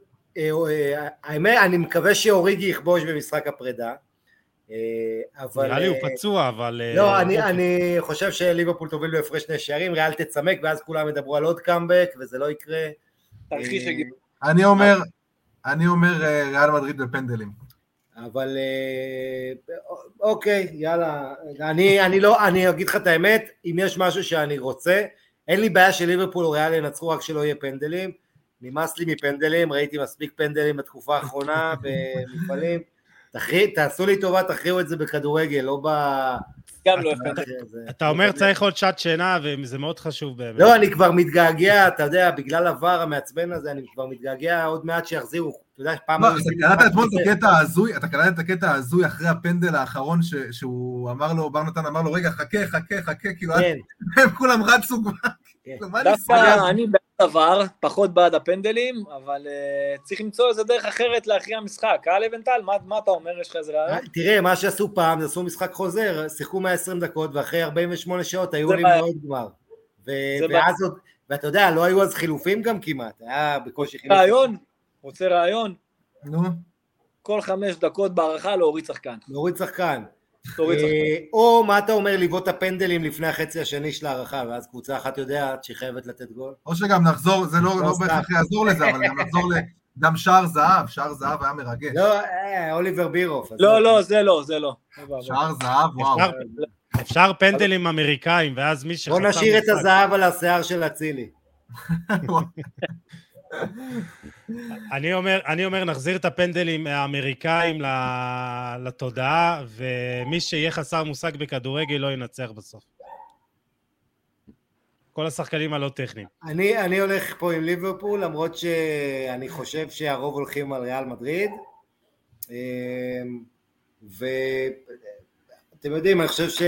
Speaker 2: אני מקווה שאוריגי יכבוש במשחק הפרידה.
Speaker 1: נראה לי הוא פצוע, אבל...
Speaker 2: לא, אני חושב שליברפול תוביל בהפרש 2 שערים, ריאל תצמק, ואז כולם ידברו על עוד קאמבק, וזה לא יקרה.
Speaker 3: תרחיש הגיע.
Speaker 4: אני אומר ריאל מדריד בפנדלים.
Speaker 2: אבל אוקיי, יאללה. אני אגיד לך את האמת, אם יש משהו שאני רוצה, אין לי בעיה שליברפול או ריאל ינצחו, רק שלא יהיה פנדלים. נמאס לי מפנדלים, ראיתי מספיק פנדלים בתקופה האחרונה במפעלים. תעשו לי טובה, תכריעו את זה בכדורגל, לא ב...
Speaker 3: גם לא הפנדל.
Speaker 1: אתה אומר צריך עוד שעת שינה, וזה מאוד חשוב באמת.
Speaker 2: לא, אני כבר מתגעגע, אתה יודע, בגלל עבר המעצבן הזה, אני כבר מתגעגע עוד מעט שיחזירו. אתה יודע, פעם...
Speaker 4: אתה קלטת אתמול את הקטע ההזוי אחרי הפנדל האחרון, שהוא אמר לו, בר נתן אמר לו, רגע, חכה, כאילו, הם כולם רצו כבר.
Speaker 3: דווקא אני בעד עבר, פחות בעד הפנדלים, אבל צריך למצוא איזה דרך אחרת להכריע משחק. לבנטל, מה אתה אומר? יש לך איזה רעיון?
Speaker 2: תראה, מה שעשו פעם, עשו משחק חוזר, שיחקו 120 דקות, ואחרי 48 שעות היו לי מאוד גמר. ואז עוד, ואתה יודע, לא היו אז חילופים גם כמעט, היה בקושי חילופים.
Speaker 3: רעיון? רוצה רעיון?
Speaker 4: נו.
Speaker 3: כל 5 דקות בערכה להוריד שחקן.
Speaker 2: להוריד שחקן. או מה אתה אומר, לבעוט הפנדלים לפני החצי השני של הערכה, ואז קבוצה אחת יודעת שהיא חייבת לתת גול?
Speaker 4: או שגם נחזור, זה לא בהכרח יעזור לזה, אבל גם נחזור גם שער זהב היה מרגש.
Speaker 2: לא, אוליבר בירוף.
Speaker 3: לא, זה לא.
Speaker 4: שער זהב, וואו.
Speaker 1: אפשר פנדלים אמריקאים, ואז מי שחתם...
Speaker 2: בוא נשאיר את הזהב על השיער של אצילי.
Speaker 1: אני אומר נחזיר את הפנדלים האמריקאים לתודעה, ומי שיהיה חסר מושג בכדורגל לא ינצח בסוף. כל השחקנים הלא טכניים.
Speaker 2: אני הולך פה עם ליברפול, למרות שאני חושב שהרוב הולכים על ריאל מדריד, ואתם יודעים, אני חושב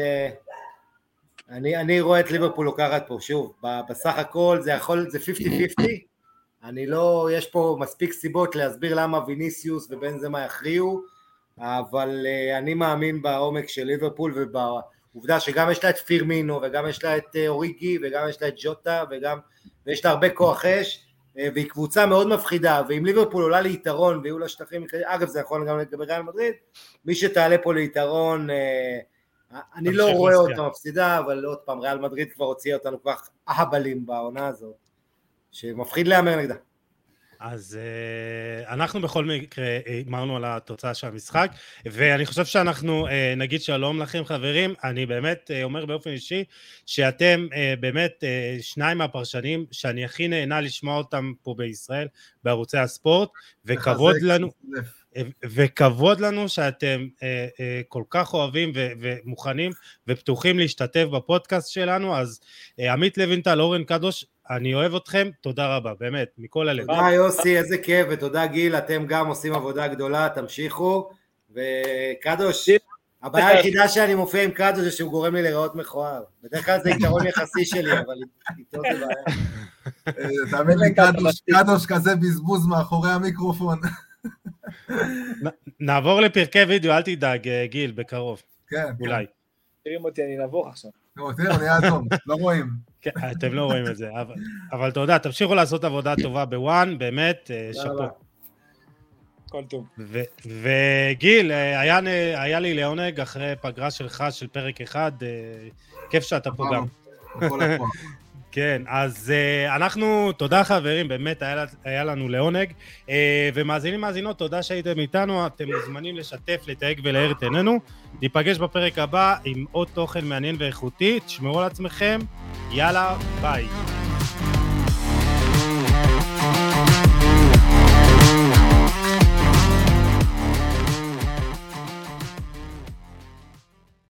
Speaker 2: אני רואה את ליברפול לוקחת פה, שוב, בסך הכל זה 50-50, יש פה מספיק סיבות להסביר למה ויניסיוס ובנזמה יכריעו, אבל אני מאמין בעומק של ליברפול ובעובדה שגם יש לה את פירמינו וגם יש לה את אוריגי וגם יש לה את ג'וטה ויש לה הרבה כוח אש, והיא קבוצה מאוד מפחידה, ואם ליברפול עולה ליתרון ויהיו לה שטחים, אגב זה יכול גם לגבי ריאל מדריד, מי שתעלה פה ליתרון, אני לא רואה אותה מפסידה, אבל עוד פעם, ריאל מדריד כבר הוציאה אותנו כבר אהבלים בעונה הזאת, שמפחיד להאמר נגדה.
Speaker 1: אז אנחנו בכל מקרה אמרנו על התוצאה של המשחק, ואני חושב שאנחנו נגיד שלום לכם חברים, אני באמת אומר באופן אישי, שאתם באמת שניים מהפרשנים, שאני הכי נהנה לשמוע אותם פה בישראל, בערוצי הספורט, וכבוד לנו שאתם כל כך אוהבים ומוכנים ופתוחים להשתתף בפודקאסט שלנו, אז עמית לוינטל, אורן קדוש, אני אוהב אתכם, תודה רבה, באמת, מכל הלב.
Speaker 2: תודה יוסי, איזה כיף, ותודה גיל, אתם גם עושים עבודה גדולה, תמשיכו, וקדוש, הבעיה היחידה שאני מופיע עם קדוש זה שהוא גורם לי לראות מכוער, בדרך כלל זה יתרון יחסי שלי, אבל איתו זה בעיה.
Speaker 4: תאמין לי, קדוש כזה בזבוז מאחורי המיקרופון.
Speaker 1: נעבור לפרקי וידאו, אל תדאג גיל, בקרוב.
Speaker 4: כן.
Speaker 1: אולי.
Speaker 3: תראים אותי, אני נבוך עכשיו.
Speaker 4: תראו, נהיה אדום, לא רואים.
Speaker 1: אתם לא רואים את זה, אבל תודה, תמשיכו לעשות עבודה טובה בוואן, באמת, שפו.
Speaker 3: כל טוב.
Speaker 1: וגיל, היה לי לעונג אחרי פגרה שלך של פרק אחד, כיף שאתה פה גם. כן, אז אנחנו, תודה חברים, באמת היה לנו לעונג, ומאזינים מאזינות, תודה שהייתם איתנו, אתם מוזמנים לשתף, לתייג ולהאיר את עינינו, ניפגש בפרק הבא עם עוד תוכן מעניין ואיכותי, תשמרו על עצמכם, יאללה, ביי.